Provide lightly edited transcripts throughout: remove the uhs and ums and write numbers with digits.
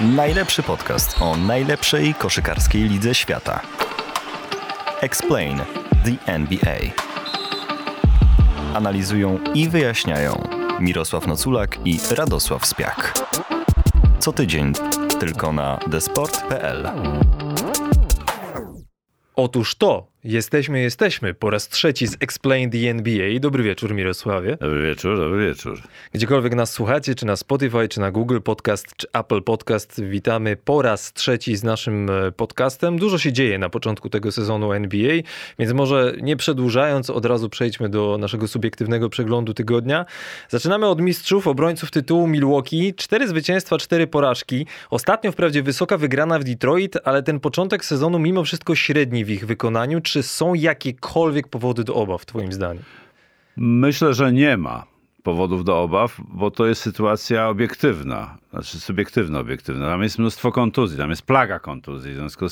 Najlepszy podcast o najlepszej koszykarskiej lidze świata. Explain the NBA. Analizują i wyjaśniają Mirosław Noculak i Radosław Spiak. Co tydzień tylko na thesport.pl. Otóż to, jesteśmy po raz trzeci z Explain the NBA. Dobry wieczór, Mirosławie. Dobry wieczór. Gdziekolwiek nas słuchacie, czy na Spotify, czy na Google Podcast, czy Apple Podcast, witamy po raz trzeci z naszym podcastem. Dużo się dzieje na początku tego sezonu NBA, więc może nie przedłużając, od razu przejdźmy do naszego subiektywnego przeglądu tygodnia. Zaczynamy od mistrzów, obrońców tytułu Milwaukee. 4 zwycięstwa, 4 porażki. Ostatnio wprawdzie wysoka wygrana w Detroit, ale ten początek sezonu mimo wszystko średni w ich wykonaniu. Czy są jakiekolwiek powody do obaw, twoim zdaniem? Myślę, że nie ma powodów do obaw, bo to jest sytuacja obiektywna, znaczy subiektywno-obiektywna. Tam jest mnóstwo kontuzji, tam jest plaga kontuzji. W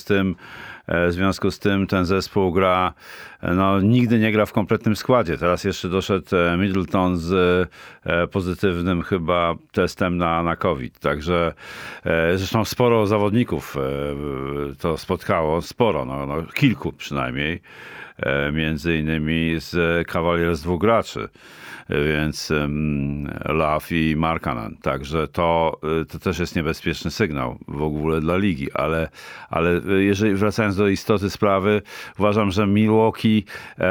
związku z tym ten zespół gra, nigdy nie gra w kompletnym składzie. Teraz jeszcze doszedł Middleton z pozytywnym chyba testem na COVID. Także zresztą sporo zawodników to spotkało, kilku przynajmniej. Między innymi z Cavaliers 2 graczy, więc Love i Markkanen. Także to też jest niebezpieczny sygnał w ogóle dla ligi, ale jeżeli wracając do istoty sprawy, uważam, że Milwaukee,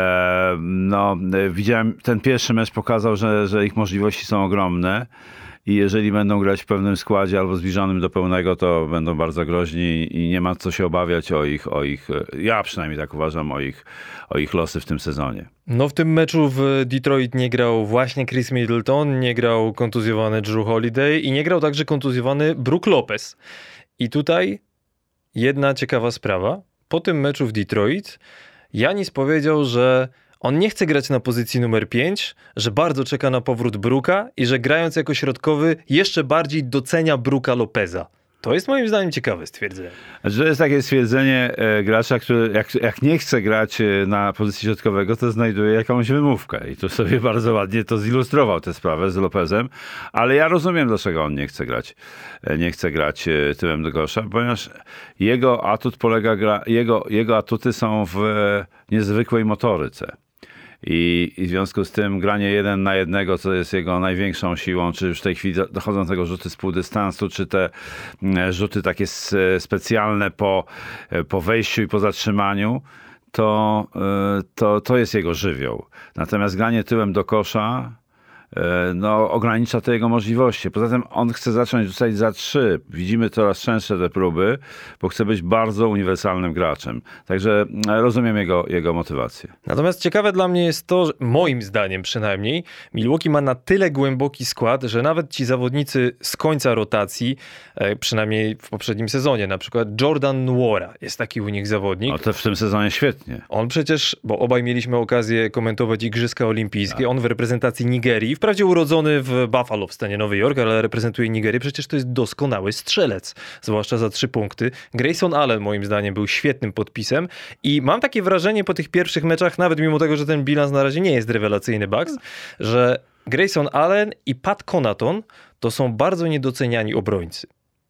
widziałem, ten pierwszy mecz pokazał, że ich możliwości są ogromne. I jeżeli będą grać w pewnym składzie albo zbliżonym do pełnego, to będą bardzo groźni i nie ma co się obawiać o ich, ja przynajmniej tak uważam, o ich losy w tym sezonie. No w tym meczu w Detroit nie grał właśnie Chris Middleton, nie grał kontuzjowany Jrue Holiday i nie grał także kontuzjowany Brook Lopez. I tutaj jedna ciekawa sprawa. Po tym meczu w Detroit Giannis powiedział, że on nie chce grać na pozycji numer 5, że bardzo czeka na powrót Brooka i że grając jako środkowy jeszcze bardziej docenia Brooka Lopeza. To jest moim zdaniem ciekawe stwierdzenie. To jest takie stwierdzenie gracza, który jak nie chce grać na pozycji środkowego, to znajduje jakąś wymówkę. I tu sobie bardzo ładnie to zilustrował tę sprawę z Lopezem. Ale ja rozumiem, dlaczego on nie chce grać. Nie chce grać tyłem do kosza, ponieważ jego atut jego atuty są w niezwykłej motoryce. I w związku z tym granie 1 na 1, co jest jego największą siłą, czy już w tej chwili dochodzą do tego rzuty z półdystansu, czy te rzuty takie specjalne po wejściu i po zatrzymaniu, to jest jego żywioł. Natomiast granie tyłem do kosza ogranicza to jego możliwości. Poza tym on chce zacząć rzucać za 3. Widzimy coraz częstsze te próby, bo chce być bardzo uniwersalnym graczem. Także rozumiem jego motywację. Natomiast ciekawe dla mnie jest to, że moim zdaniem przynajmniej, Milwaukee ma na tyle głęboki skład, że nawet ci zawodnicy z końca rotacji, przynajmniej w poprzednim sezonie, na przykład Jordan Nwora jest taki u nich zawodnik. To w tym sezonie świetnie. On przecież, bo obaj mieliśmy okazję komentować Igrzyska Olimpijskie, on w reprezentacji Nigerii, wprawdzie urodzony w Buffalo w stanie Nowy Jork, ale reprezentuje Nigerię. Przecież to jest doskonały strzelec, zwłaszcza za 3 punkty. Grayson Allen moim zdaniem był świetnym podpisem i mam takie wrażenie po tych pierwszych meczach, nawet mimo tego, że ten bilans na razie nie jest rewelacyjny, Bucks, że Grayson Allen i Pat Connaughton to są bardzo niedoceniani obrońcy.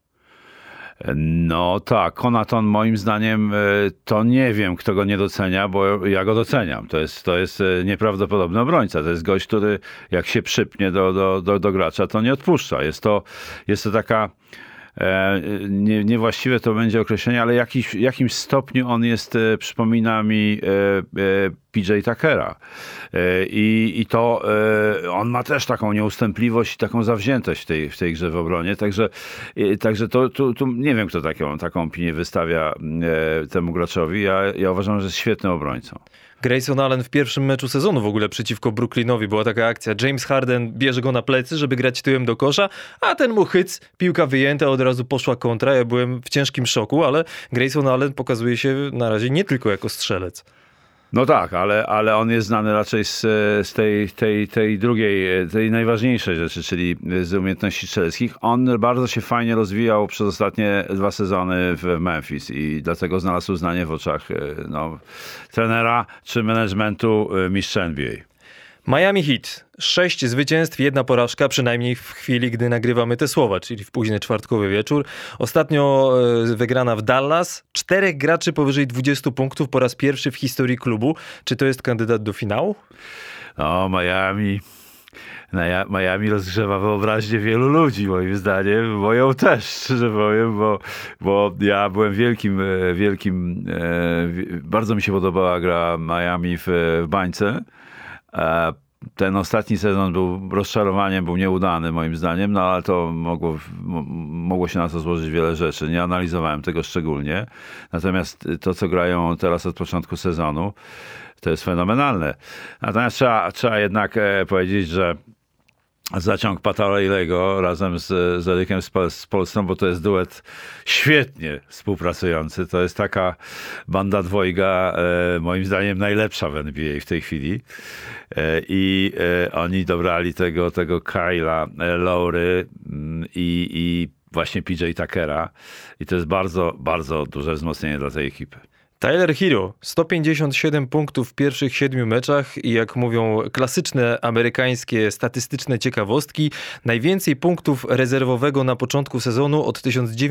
No tak, Connaughton moim zdaniem to nie wiem, kto go nie docenia, bo ja go doceniam. To jest nieprawdopodobny obrońca. To jest gość, który jak się przypnie do gracza, to nie odpuszcza. Jest to taka niewłaściwe to będzie określenie, ale w jakimś stopniu on jest, przypomina mi PJ Tuckera. I to on ma też taką nieustępliwość i taką zawziętość w tej grze w obronie. Także tu nie wiem, kto taką opinię wystawia temu graczowi. Ja uważam, że jest świetnym obrońcą. Grayson Allen w pierwszym meczu sezonu w ogóle przeciwko Brooklynowi była taka akcja. James Harden bierze go na plecy, żeby grać tyłem do kosza, a ten mu hyc, piłka wyjęta, od razu poszła kontra. Ja byłem w ciężkim szoku, ale Grayson Allen pokazuje się na razie nie tylko jako strzelec. No tak, ale on jest znany raczej z tej drugiej, tej najważniejszej rzeczy, czyli z umiejętności strzeleckich. On bardzo się fajnie rozwijał przez ostatnie 2 sezony w Memphis i dlatego znalazł uznanie w oczach trenera czy managementu mistrza NBA. Miami Heat. 6 zwycięstw, 1 porażka, przynajmniej w chwili, gdy nagrywamy te słowa, czyli w późny czwartkowy wieczór. Ostatnio wygrana w Dallas. 4 graczy powyżej 20 punktów po raz pierwszy w historii klubu. Czy to jest kandydat do finału? No, Miami rozgrzewa wyobraźnię wielu ludzi, moim zdaniem. Moją też, szczerze powiem, bo ja byłem bardzo mi się podobała gra Miami w bańce. Ten ostatni sezon był rozczarowaniem, był nieudany moim zdaniem, no ale to mogło się na to złożyć wiele rzeczy. Nie analizowałem tego szczególnie. Natomiast to, co grają teraz od początku sezonu, to jest fenomenalne. Natomiast trzeba jednak powiedzieć, że zaciąg Pata Riley'ego razem z Erykiem Spoelstrą, bo to jest duet świetnie współpracujący. To jest taka banda dwojga, moim zdaniem najlepsza w NBA w tej chwili. I oni dobrali tego Kyla Lowry i właśnie PJ Tuckera. I to jest bardzo, bardzo duże wzmocnienie dla tej ekipy. Tyler Hero, 157 punktów w pierwszych 7 meczach i jak mówią klasyczne amerykańskie statystyczne ciekawostki, najwięcej punktów rezerwowego na początku sezonu od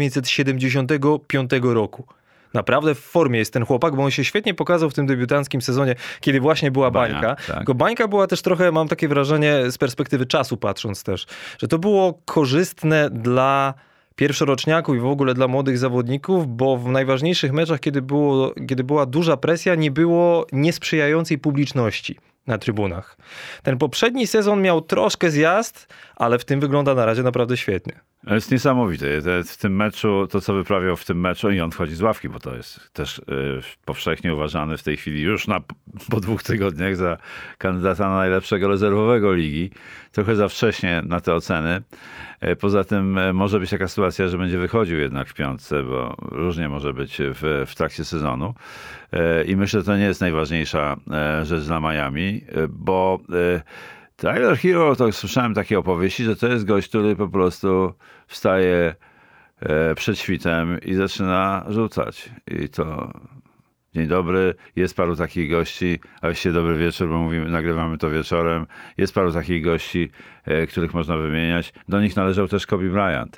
1975 roku. Naprawdę w formie jest ten chłopak, bo on się świetnie pokazał w tym debiutanckim sezonie, kiedy właśnie była bańka. Tak. Tylko bańka była też trochę, mam takie wrażenie, z perspektywy czasu patrząc też, że to było korzystne dla pierwszoroczniaków i w ogóle dla młodych zawodników, bo w najważniejszych meczach, kiedy była duża presja, nie było niesprzyjającej publiczności na trybunach. Ten poprzedni sezon miał troszkę zjazd, ale w tym wygląda na razie naprawdę świetnie. To jest niesamowite. W tym meczu, to co wyprawiał w tym meczu, i on wchodzi z ławki, bo to jest też powszechnie uważany w tej chwili już po 2 tygodniach za kandydata na najlepszego rezerwowego ligi. Trochę za wcześnie na te oceny. Poza tym może być taka sytuacja, że będzie wychodził jednak w piątce, bo różnie może być w trakcie sezonu. I myślę, że to nie jest najważniejsza rzecz dla Miami, bo Tyler Hero, to słyszałem takie opowieści, że to jest gość, który po prostu wstaje przed świtem i zaczyna rzucać. I to dzień dobry, jest paru takich gości, a właściwie dobry wieczór, bo nagrywamy to wieczorem. Jest paru takich gości, których można wymieniać. Do nich należał też Kobe Bryant,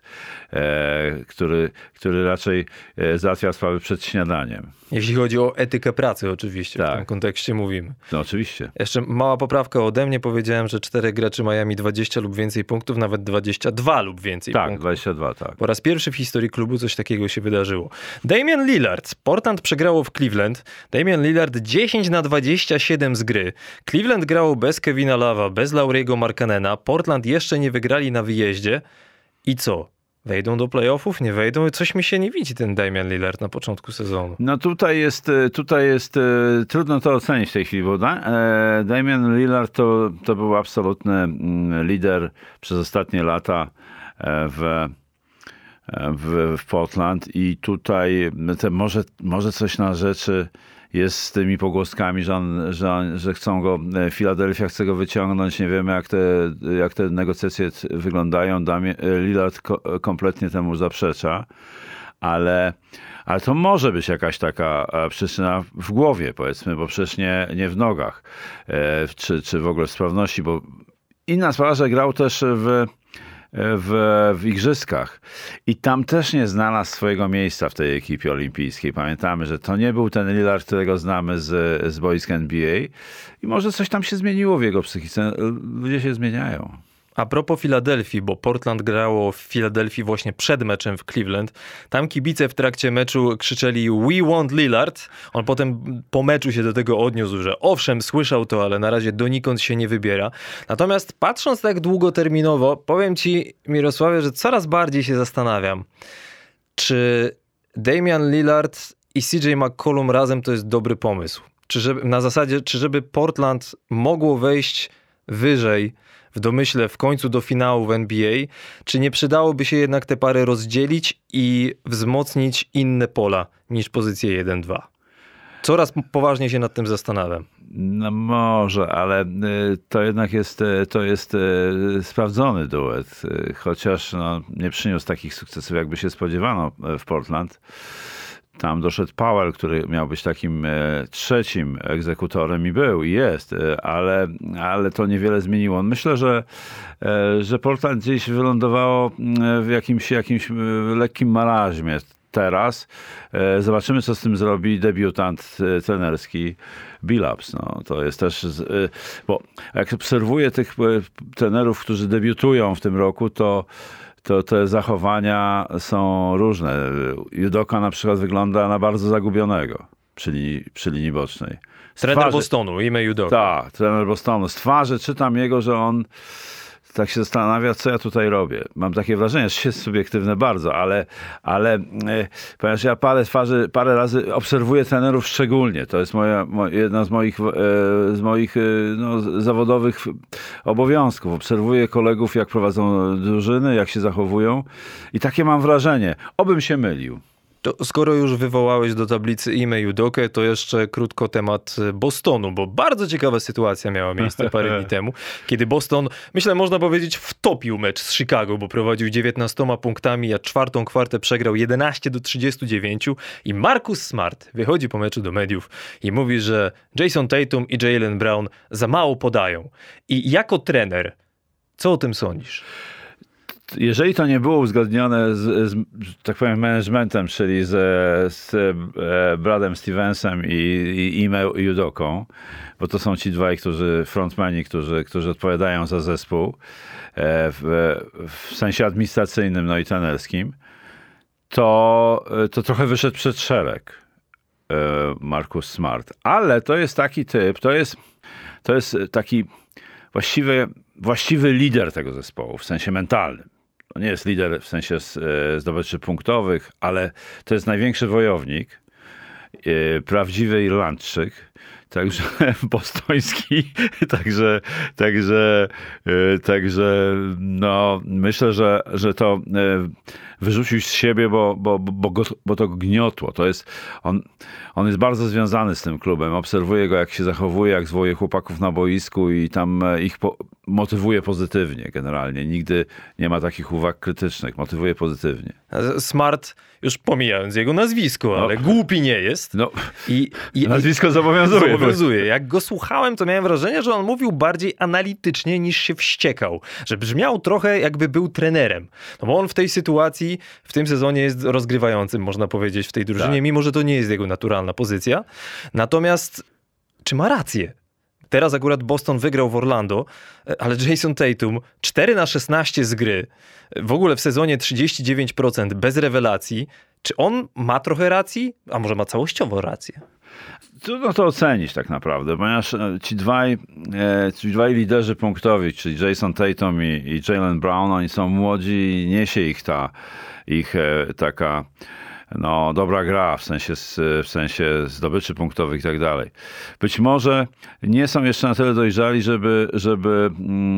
który raczej załatwia sprawy przed śniadaniem. Jeśli chodzi o etykę pracy oczywiście, tak. W tym kontekście mówimy. No oczywiście. Jeszcze mała poprawka ode mnie. Powiedziałem, że 4 graczy Miami 20 lub więcej punktów, nawet 22 lub więcej punktów. Tak, 22, tak. Po raz pierwszy w historii klubu coś takiego się wydarzyło. Damian Lillard. Portland przegrało w Cleveland. Damian Lillard 10/27 z gry. Cleveland grało bez Kevina Love'a, bez Lauriego Markkanena. Portland jeszcze nie wygrali na wyjeździe. I co? Wejdą do playoffów? Nie wejdą? Coś mi się nie widzi ten Damian Lillard na początku sezonu. No tutaj jest trudno to ocenić w tej chwili, bo Damian Lillard to był absolutny lider przez ostatnie lata w Portland i tutaj może coś na rzeczy jest z tymi pogłoskami, że chcą go, Filadelfia chce go wyciągnąć. Nie wiemy, jak te negocjacje wyglądają. Lillard kompletnie temu zaprzecza, ale to może być jakaś taka przyczyna w głowie, powiedzmy, bo przecież nie w nogach, czy w ogóle w sprawności, bo inna sprawa, że grał też w igrzyskach i tam też nie znalazł swojego miejsca w tej ekipie olimpijskiej. Pamiętamy, że to nie był ten Lillard, którego znamy z boisk NBA i może coś tam się zmieniło w jego psychice. Ludzie się zmieniają. A propos Filadelfii, bo Portland grało w Filadelfii właśnie przed meczem w Cleveland. Tam kibice w trakcie meczu krzyczeli "We want Lillard". On potem po meczu się do tego odniósł, że owszem, słyszał to, ale na razie donikąd się nie wybiera. Natomiast patrząc tak długoterminowo, powiem ci, Mirosławie, że coraz bardziej się zastanawiam, czy Damian Lillard i CJ McCollum razem to jest dobry pomysł. Czy żeby Portland mogło wejść wyżej w domyśle w końcu do finału w NBA, czy nie przydałoby się jednak te pary rozdzielić i wzmocnić inne pola niż pozycje 1-2? Coraz poważniej się nad tym zastanawiam. No może, ale to jednak jest sprawdzony duet, chociaż nie przyniósł takich sukcesów, jakby się spodziewano w Portland. tam doszedł Powell, który miał być takim trzecim egzekutorem i był i jest, ale to niewiele zmieniło. Myślę, że Portland gdzieś wylądowało w jakimś lekkim marazmie. Teraz zobaczymy, co z tym zrobi debiutant trenerski Billups. No, to jest też, bo jak obserwuję tych trenerów, którzy debiutują w tym roku, to te zachowania są różne. Udoka na przykład wygląda na bardzo zagubionego przy linii bocznej. Trener Bostonu, Ime Udoka. Tak, trener Bostonu. Z twarzy czytam jego, że on tak się zastanawia, co ja tutaj robię. Mam takie wrażenie, że jest subiektywne bardzo, ale ponieważ ja parę razy obserwuję trenerów szczególnie. To jest jedna z moich zawodowych obowiązków. Obserwuję kolegów, jak prowadzą drużyny, jak się zachowują i takie mam wrażenie. Obym się mylił. To skoro już wywołałeś do tablicy Ime Udokę, to jeszcze krótko temat Bostonu, bo bardzo ciekawa sytuacja miała miejsce parę dni temu, kiedy Boston, myślę, można powiedzieć, wtopił mecz z Chicago, bo prowadził 19 punktami, a czwartą kwartę przegrał 11-39 i Marcus Smart wychodzi po meczu do mediów i mówi, że Jason Tatum i Jaylen Brown za mało podają. I jako trener, co o tym sądzisz? Jeżeli to nie było uzgodnione z tak powiem, managementem, czyli z Bradem Stevensem i Ime Udoką, bo to są ci dwaj, frontmeni, którzy odpowiadają za zespół w sensie administracyjnym, no i trenerskim, to trochę wyszedł przed szereg Marcus Smart. Ale to jest taki typ, to jest taki właściwy lider tego zespołu w sensie mentalnym. To nie jest lider w sensie zdobyczy punktowych, ale to jest największy wojownik, prawdziwy Irlandczyk, także bostoński, także no myślę, że to wyrzucił z siebie, bo to go gniotło. On jest bardzo związany z tym klubem. Obserwuję go, jak się zachowuje, jak zwołuje chłopaków na boisku i tam ich motywuje pozytywnie generalnie. Nigdy nie ma takich uwag krytycznych. Motywuje pozytywnie. Smart, już pomijając jego nazwisko, ale głupi nie jest. No, nazwisko zobowiązuje. Jak go słuchałem, to miałem wrażenie, że on mówił bardziej analitycznie niż się wściekał. Że brzmiał trochę jakby był trenerem. No bo on w tej sytuacji, w tym sezonie jest rozgrywającym, można powiedzieć, w tej drużynie, tak. Mimo że to nie jest jego naturalna pozycja. Natomiast czy ma rację? Teraz akurat Boston wygrał w Orlando, ale Jason Tatum 4/16 z gry, w ogóle w sezonie 39% bez rewelacji. Czy on ma trochę racji? A może ma całościowo rację? Trudno to ocenić tak naprawdę, ponieważ ci dwaj liderzy punktowi, czyli Jason Tatum i Jaylen Brown, oni są młodzi i niesie ich taka dobra gra w sensie zdobyczy punktowych i tak dalej. Być może nie są jeszcze na tyle dojrzali, żeby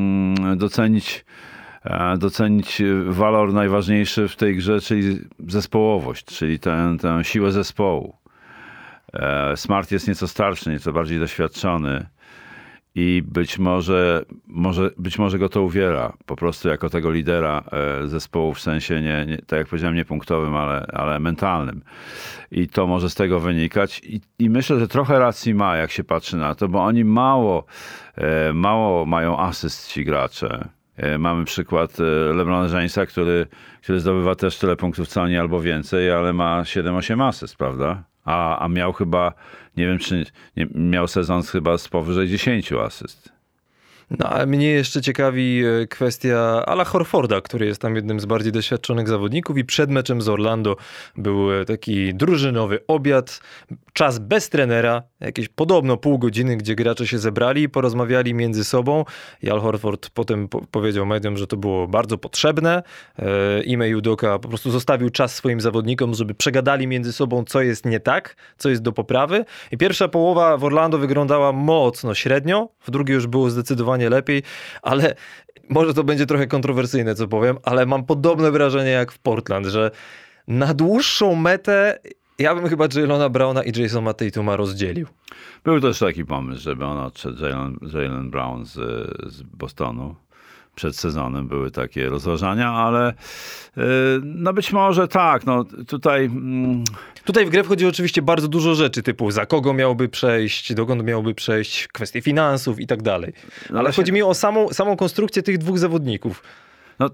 docenić walor najważniejszy w tej grze, czyli zespołowość, czyli tę siłę zespołu. Smart jest nieco starszy, nieco bardziej doświadczony i być może go to uwiera po prostu jako tego lidera zespołu w sensie, nie tak jak powiedziałem, nie punktowym, ale mentalnym. I to może z tego wynikać. I myślę, że trochę racji ma, jak się patrzy na to, bo oni mało mają asyst ci gracze. Mamy przykład LeBrona Jamesa, który zdobywa też tyle punktów co oni albo więcej, ale ma 7-8 asyst, prawda? A miał chyba, nie wiem czy miał sezon chyba z powyżej 10 asyst. No, a mnie jeszcze ciekawi kwestia Ala Horforda, który jest tam jednym z bardziej doświadczonych zawodników i przed meczem z Orlando był taki drużynowy obiad, czas bez trenera, jakieś podobno pół godziny, gdzie gracze się zebrali i porozmawiali między sobą. I Al Horford potem powiedział mediom, że to było bardzo potrzebne. Ime Udoka po prostu zostawił czas swoim zawodnikom, żeby przegadali między sobą, co jest nie tak, co jest do poprawy. I pierwsza połowa w Orlando wyglądała mocno średnio, w drugiej już było zdecydowanie lepiej, ale może to będzie trochę kontrowersyjne, co powiem, ale mam podobne wrażenie jak w Portland, że na dłuższą metę ja bym chyba Jaylona Browna i Jasona Tatuma rozdzielił. Był też taki pomysł, żeby on odszedł, Jaylen Brown z Bostonu. przed sezonem były takie rozważania, ale no być może tak, no tutaj... Tutaj w grę wchodzi oczywiście bardzo dużo rzeczy, typu za kogo miałby przejść, dokąd miałby przejść, kwestie finansów i tak dalej. Ale chodzi mi o samą konstrukcję tych dwóch zawodników. No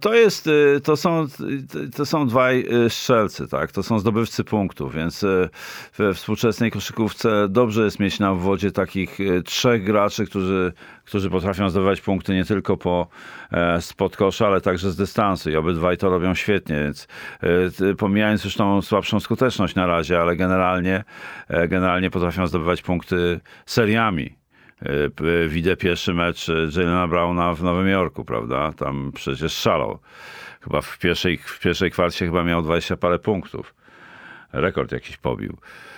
to są dwaj strzelcy, tak? To są zdobywcy punktów, więc we współczesnej koszykówce dobrze jest mieć na obwodzie takich 3 graczy, którzy potrafią zdobywać punkty nie tylko spod kosza, ale także z dystansu i obydwaj to robią świetnie, więc pomijając już tą słabszą skuteczność na razie, ale generalnie potrafią zdobywać punkty seriami. Widzę pierwszy mecz Jalena Browna w Nowym Jorku, prawda? Tam przecież szalał. Chyba w pierwszej kwarcie chyba miał 20 parę punktów. Rekord jakiś pobił.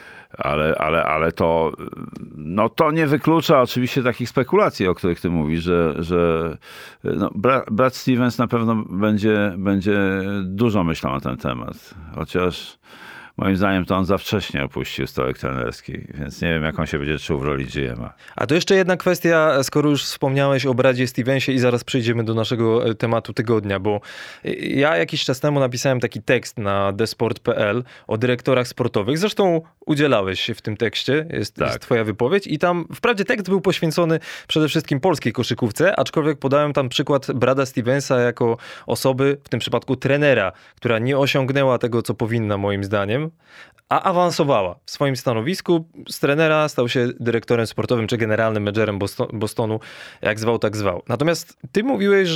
Ale to, no to nie wyklucza oczywiście takich spekulacji, o których ty mówisz, że no, brat Stevens na pewno będzie dużo myślał na ten temat. Chociaż moim zdaniem to on za wcześnie opuścił stołek trenerski, więc nie wiem, jak on się będzie czuł w roli GM-a. A to jeszcze jedna kwestia, skoro już wspomniałeś o bracie Stevensie i zaraz przejdziemy do naszego tematu tygodnia, bo ja jakiś czas temu napisałem taki tekst na desport.pl o dyrektorach sportowych. Zresztą udzielałeś się w tym tekście, jest twoja wypowiedź i tam wprawdzie tekst był poświęcony przede wszystkim polskiej koszykówce, aczkolwiek podałem tam przykład brata Stevensa jako osoby, w tym przypadku trenera, która nie osiągnęła tego, co powinna moim zdaniem, a awansowała w swoim stanowisku. Z trenera stał się dyrektorem sportowym czy generalnym menedżerem Bostonu, jak zwał, tak zwał. Natomiast ty mówiłeś,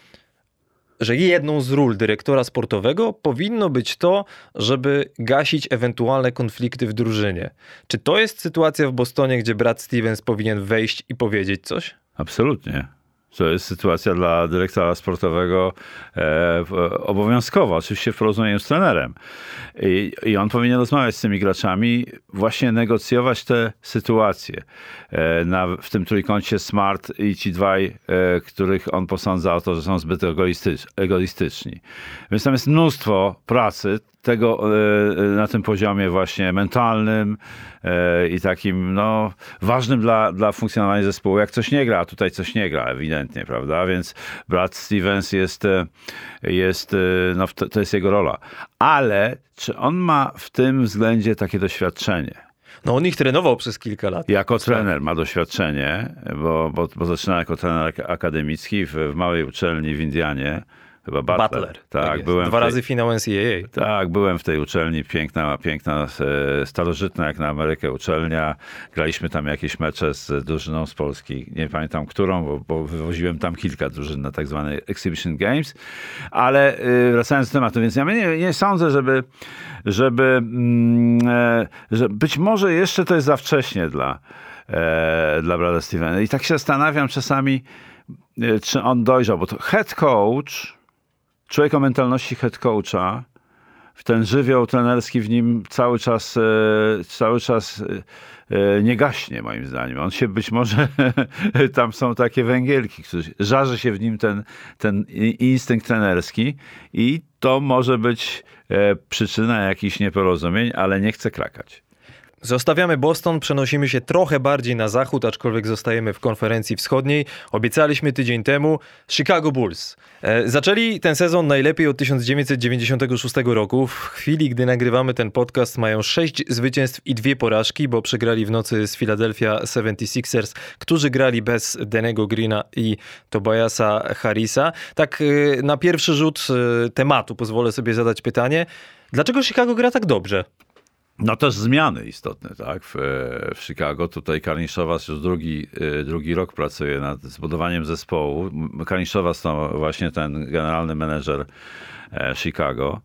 że jedną z ról dyrektora sportowego powinno być to, żeby gasić ewentualne konflikty w drużynie. Czy to jest sytuacja w Bostonie, gdzie brat Stevens powinien wejść i powiedzieć coś? Absolutnie. To jest sytuacja dla dyrektora sportowego obowiązkowa, oczywiście w porozumieniu z trenerem. I on powinien rozmawiać z tymi graczami, właśnie negocjować te sytuacje. W tym trójkącie Smart i ci dwaj, których on posądza o to, że są zbyt egoistyczni. Więc tam jest mnóstwo pracy na tym poziomie właśnie mentalnym i takim ważnym dla funkcjonowania zespołu. Jak coś nie gra, a tutaj coś nie gra ewidentnie, prawda? Więc brat Stevens to jest jego rola. Ale czy on ma w tym względzie takie doświadczenie? No on ich trenował przez kilka lat. Jako trener ma doświadczenie, bo zaczyna jako trener akademicki w małej uczelni w Indianie. Chyba Butler. Tak, byłem 2 razy finał NCAA. Tak, byłem w tej uczelni. Piękna, starożytna jak na Amerykę uczelnia. Graliśmy tam jakieś mecze z drużyną z Polski. Nie pamiętam którą, bo wywoziłem tam kilka drużyn na tak zwane Exhibition Games. Ale wracając do tematu, więc ja nie sądzę, że być może jeszcze to jest za wcześnie dla brata Stevena. I tak się zastanawiam czasami, czy on dojrzał, bo to head coach, człowiek o mentalności head coacha, ten żywioł trenerski w nim cały czas nie gaśnie, moim zdaniem. On się być może, tam są takie węgielki, żarzy się w nim ten instynkt trenerski i to może być przyczyna jakichś nieporozumień, ale nie chce krakać. Zostawiamy Boston, przenosimy się trochę bardziej na zachód, aczkolwiek zostajemy w konferencji wschodniej. Obiecaliśmy tydzień temu Chicago Bulls. Zaczęli ten sezon najlepiej od 1996 roku. W chwili, gdy nagrywamy ten podcast, mają 6 zwycięstw i 2 porażki, bo przegrali w nocy z Philadelphia 76ers, którzy grali bez Dennego Greena i Tobiasa Harrisa. Tak na pierwszy rzut tematu pozwolę sobie zadać pytanie. Dlaczego Chicago gra tak dobrze? No też zmiany istotne, tak? W Chicago tutaj Karniszowas już drugi rok pracuje nad zbudowaniem zespołu. Karniszowas to właśnie ten generalny menedżer Chicago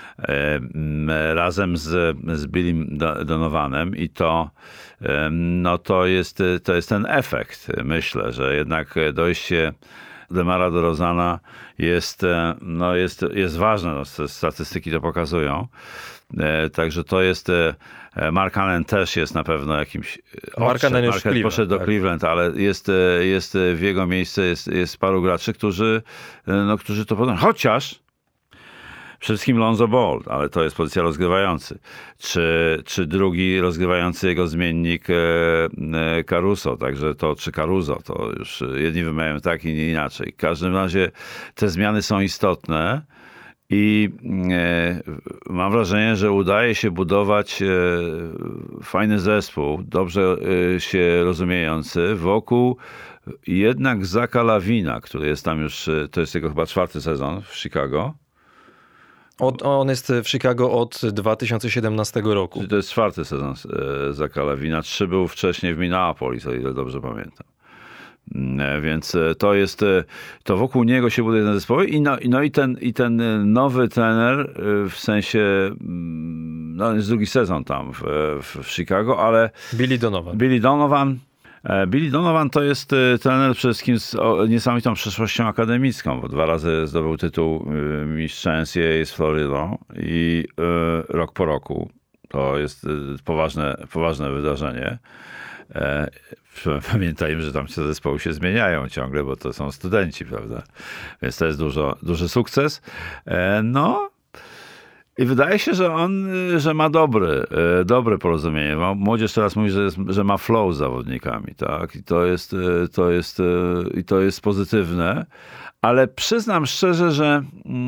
razem z Billym Donovanem i to jest ten efekt. Myślę, że jednak dojście DeMara DeRozana jest ważne. Statystyki to pokazują. Także to jest, Mark Cannon też jest na pewno jakimś... Mark Cannon już poszedł do Cleveland, ale jest w jego miejsce jest paru graczy, którzy to potrafią. Chociaż Przede wszystkim Lonzo Ball, ale to jest pozycja rozgrywający. Czy drugi rozgrywający jego zmiennik Caruso, także to, czy Caruso, to już jedni wymawiają tak, inni inaczej. W każdym razie te zmiany są istotne i mam wrażenie, że udaje się budować fajny zespół, dobrze się rozumiejący wokół jednak Zacha LaVina, który jest tam już, to jest jego chyba 4. sezon w Chicago. On jest w Chicago od 2017 roku. To jest 4. sezon Zacha LaVina. 3 był wcześniej w Minneapolis, o ile dobrze pamiętam. Więc to wokół niego się buduje ten zespół i ten nowy trener, w sensie, no jest drugi sezon tam w Chicago, ale Billy Donovan to jest trener przede wszystkim z niesamowitą przeszłością akademicką, bo 2 razy zdobył tytuł mistrza NCAA z Florydą i rok po roku. To jest poważne wydarzenie. Pamiętajmy, że tam zespoły się zmieniają ciągle, bo to są studenci, prawda? Więc to jest duży sukces. No i wydaje się, że ma dobre porozumienie. Młodzież teraz mówi, że ma flow z zawodnikami, tak? I to jest pozytywne, ale przyznam szczerze, że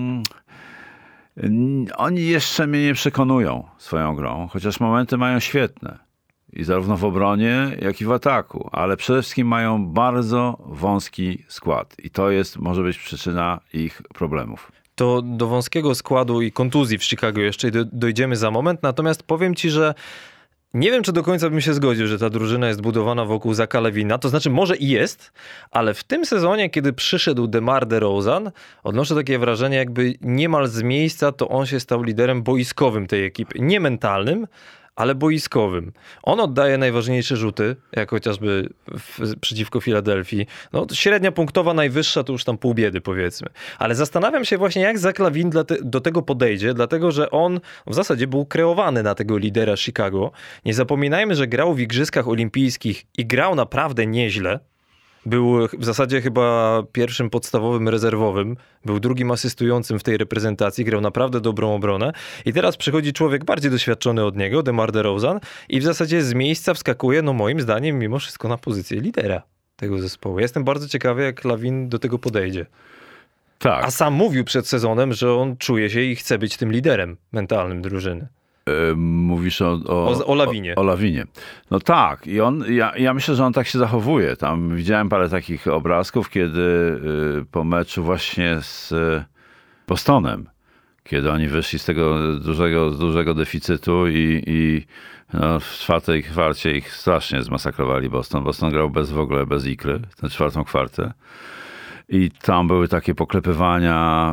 oni jeszcze mnie nie przekonują swoją grą, chociaż momenty mają świetne. I zarówno w obronie, jak i w ataku. Ale przede wszystkim mają bardzo wąski skład. I to może być przyczyna ich problemów. To do wąskiego składu i kontuzji w Chicago jeszcze dojdziemy za moment. Natomiast powiem ci, że nie wiem, czy do końca bym się zgodził, że ta drużyna jest budowana wokół Zacha LaVina. To znaczy, może i jest, ale w tym sezonie, kiedy przyszedł DeMar DeRozan, odnoszę takie wrażenie, jakby niemal z miejsca to on się stał liderem boiskowym tej ekipy. Nie mentalnym, ale boiskowym. On oddaje najważniejsze rzuty, jak chociażby przeciwko Filadelfii. No, średnia punktowa najwyższa to już tam pół biedy, powiedzmy. Ale zastanawiam się właśnie, jak Zach LaVine do tego podejdzie, dlatego że on w zasadzie był kreowany na tego lidera Chicago. Nie zapominajmy, że grał w Igrzyskach Olimpijskich i grał naprawdę nieźle. Był w zasadzie chyba pierwszym podstawowym rezerwowym, był drugim asystującym w tej reprezentacji, grał naprawdę dobrą obronę i teraz przychodzi człowiek bardziej doświadczony od niego, DeMar DeRozan, i w zasadzie z miejsca wskakuje, no moim zdaniem, mimo wszystko na pozycję lidera tego zespołu. Jestem bardzo ciekawy, jak LaVine do tego podejdzie. Tak. A sam mówił przed sezonem, że on czuje się i chce być tym liderem mentalnym drużyny. Mówisz o LaVinie. O LaVinie. No tak. I ja myślę, że on tak się zachowuje. Tam widziałem parę takich obrazków, kiedy po meczu właśnie z Bostonem, kiedy oni wyszli z tego dużego deficytu i no, w 4. kwarcie ich strasznie zmasakrowali Boston. Boston grał w ogóle bez ikry, tę 4. kwartę. I tam były takie poklepywania,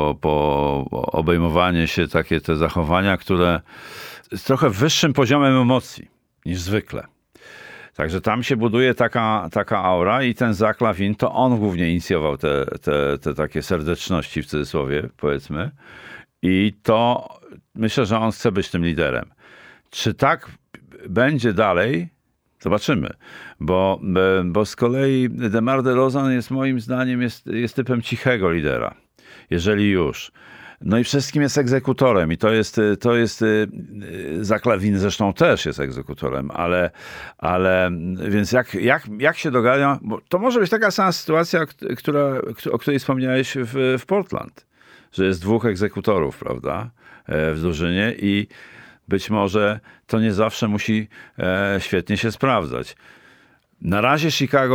obejmowanie się, takie te zachowania, które z trochę wyższym poziomem emocji niż zwykle. Także tam się buduje taka aura i ten Zach LaVine, to on głównie inicjował te takie serdeczności, w cudzysłowie, powiedzmy. I to myślę, że on chce być tym liderem. Czy tak będzie dalej? Zobaczymy, bo z kolei DeMar DeRozan jest moim zdaniem jest typem cichego lidera, jeżeli już. No i wszystkim jest egzekutorem i to jest Zach LaVine zresztą też jest egzekutorem, ale więc jak się dogadają, bo to może być taka sama sytuacja, o której wspomniałeś w Portland, że jest 2 egzekutorów, prawda, w drużynie i być może to nie zawsze musi świetnie się sprawdzać. Na razie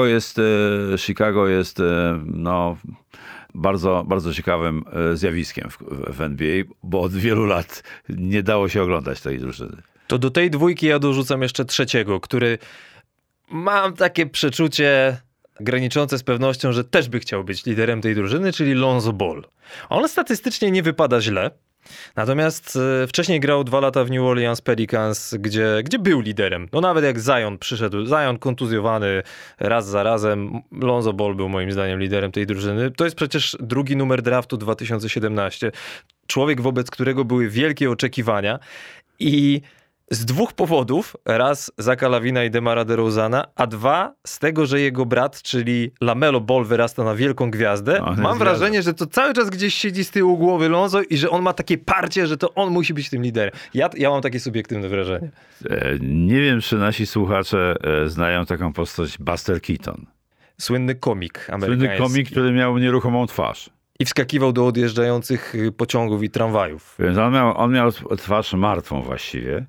Chicago jest no, bardzo, bardzo ciekawym zjawiskiem w NBA, bo od wielu lat nie dało się oglądać tej drużyny. To do tej dwójki ja dorzucam jeszcze trzeciego, który mam takie przeczucie graniczące z pewnością, że też by chciał być liderem tej drużyny, czyli Lonzo Ball. On statystycznie nie wypada źle. Natomiast wcześniej grał 2 lata w New Orleans Pelicans, gdzie był liderem. No nawet jak Zion przyszedł, Zion kontuzjowany raz za razem, Lonzo Ball był moim zdaniem liderem tej drużyny. To jest przecież 2. numer draftu 2017. Człowiek, wobec którego były wielkie oczekiwania i Z 2 powodów. Raz Zacka Lavina i DeMara DeRozana, a 2 z tego, że jego brat, czyli LaMelo Ball, wyrasta na wielką gwiazdę. Mam wrażenie, że to cały czas gdzieś siedzi z tyłu głowy Lonzo i że on ma takie parcie, że to on musi być tym liderem. Ja mam takie subiektywne wrażenie. Nie wiem, czy nasi słuchacze znają taką postać Buster Keaton. Słynny komik amerykański. Słynny komik, który miał nieruchomą twarz. I wskakiwał do odjeżdżających pociągów i tramwajów. Więc on miał twarz martwą właściwie.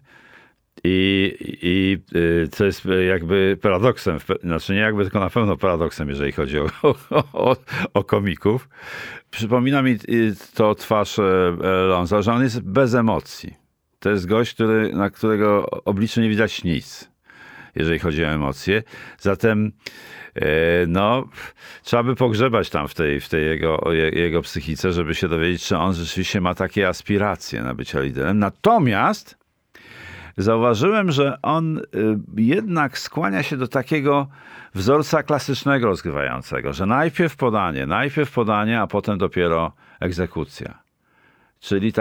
I co jest jakby paradoksem, znaczy nie jakby, tylko na pewno paradoksem, jeżeli chodzi o komików. Przypomina mi to twarz Lonzo, że on jest bez emocji. To jest gość, na którego obliczu nie widać nic, jeżeli chodzi o emocje. Zatem trzeba by pogrzebać tam w tej jego psychice, żeby się dowiedzieć, czy on rzeczywiście ma takie aspiracje na bycie liderem. Natomiast zauważyłem, że on jednak skłania się do takiego wzorca klasycznego rozgrywającego, że najpierw podanie, a potem dopiero egzekucja. Czyli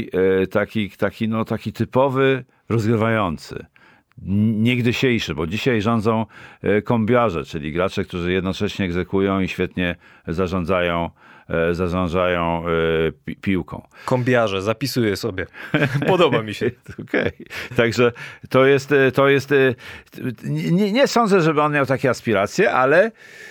taki typowy rozgrywający. Niegdysiejszy, bo dzisiaj rządzą kombiarze, czyli gracze, którzy jednocześnie egzekują i świetnie zarządzają piłką. Kombiarze, zapisuję sobie. Podoba mi się. Okej. Także to jest nie sądzę, żeby on miał takie aspiracje, ale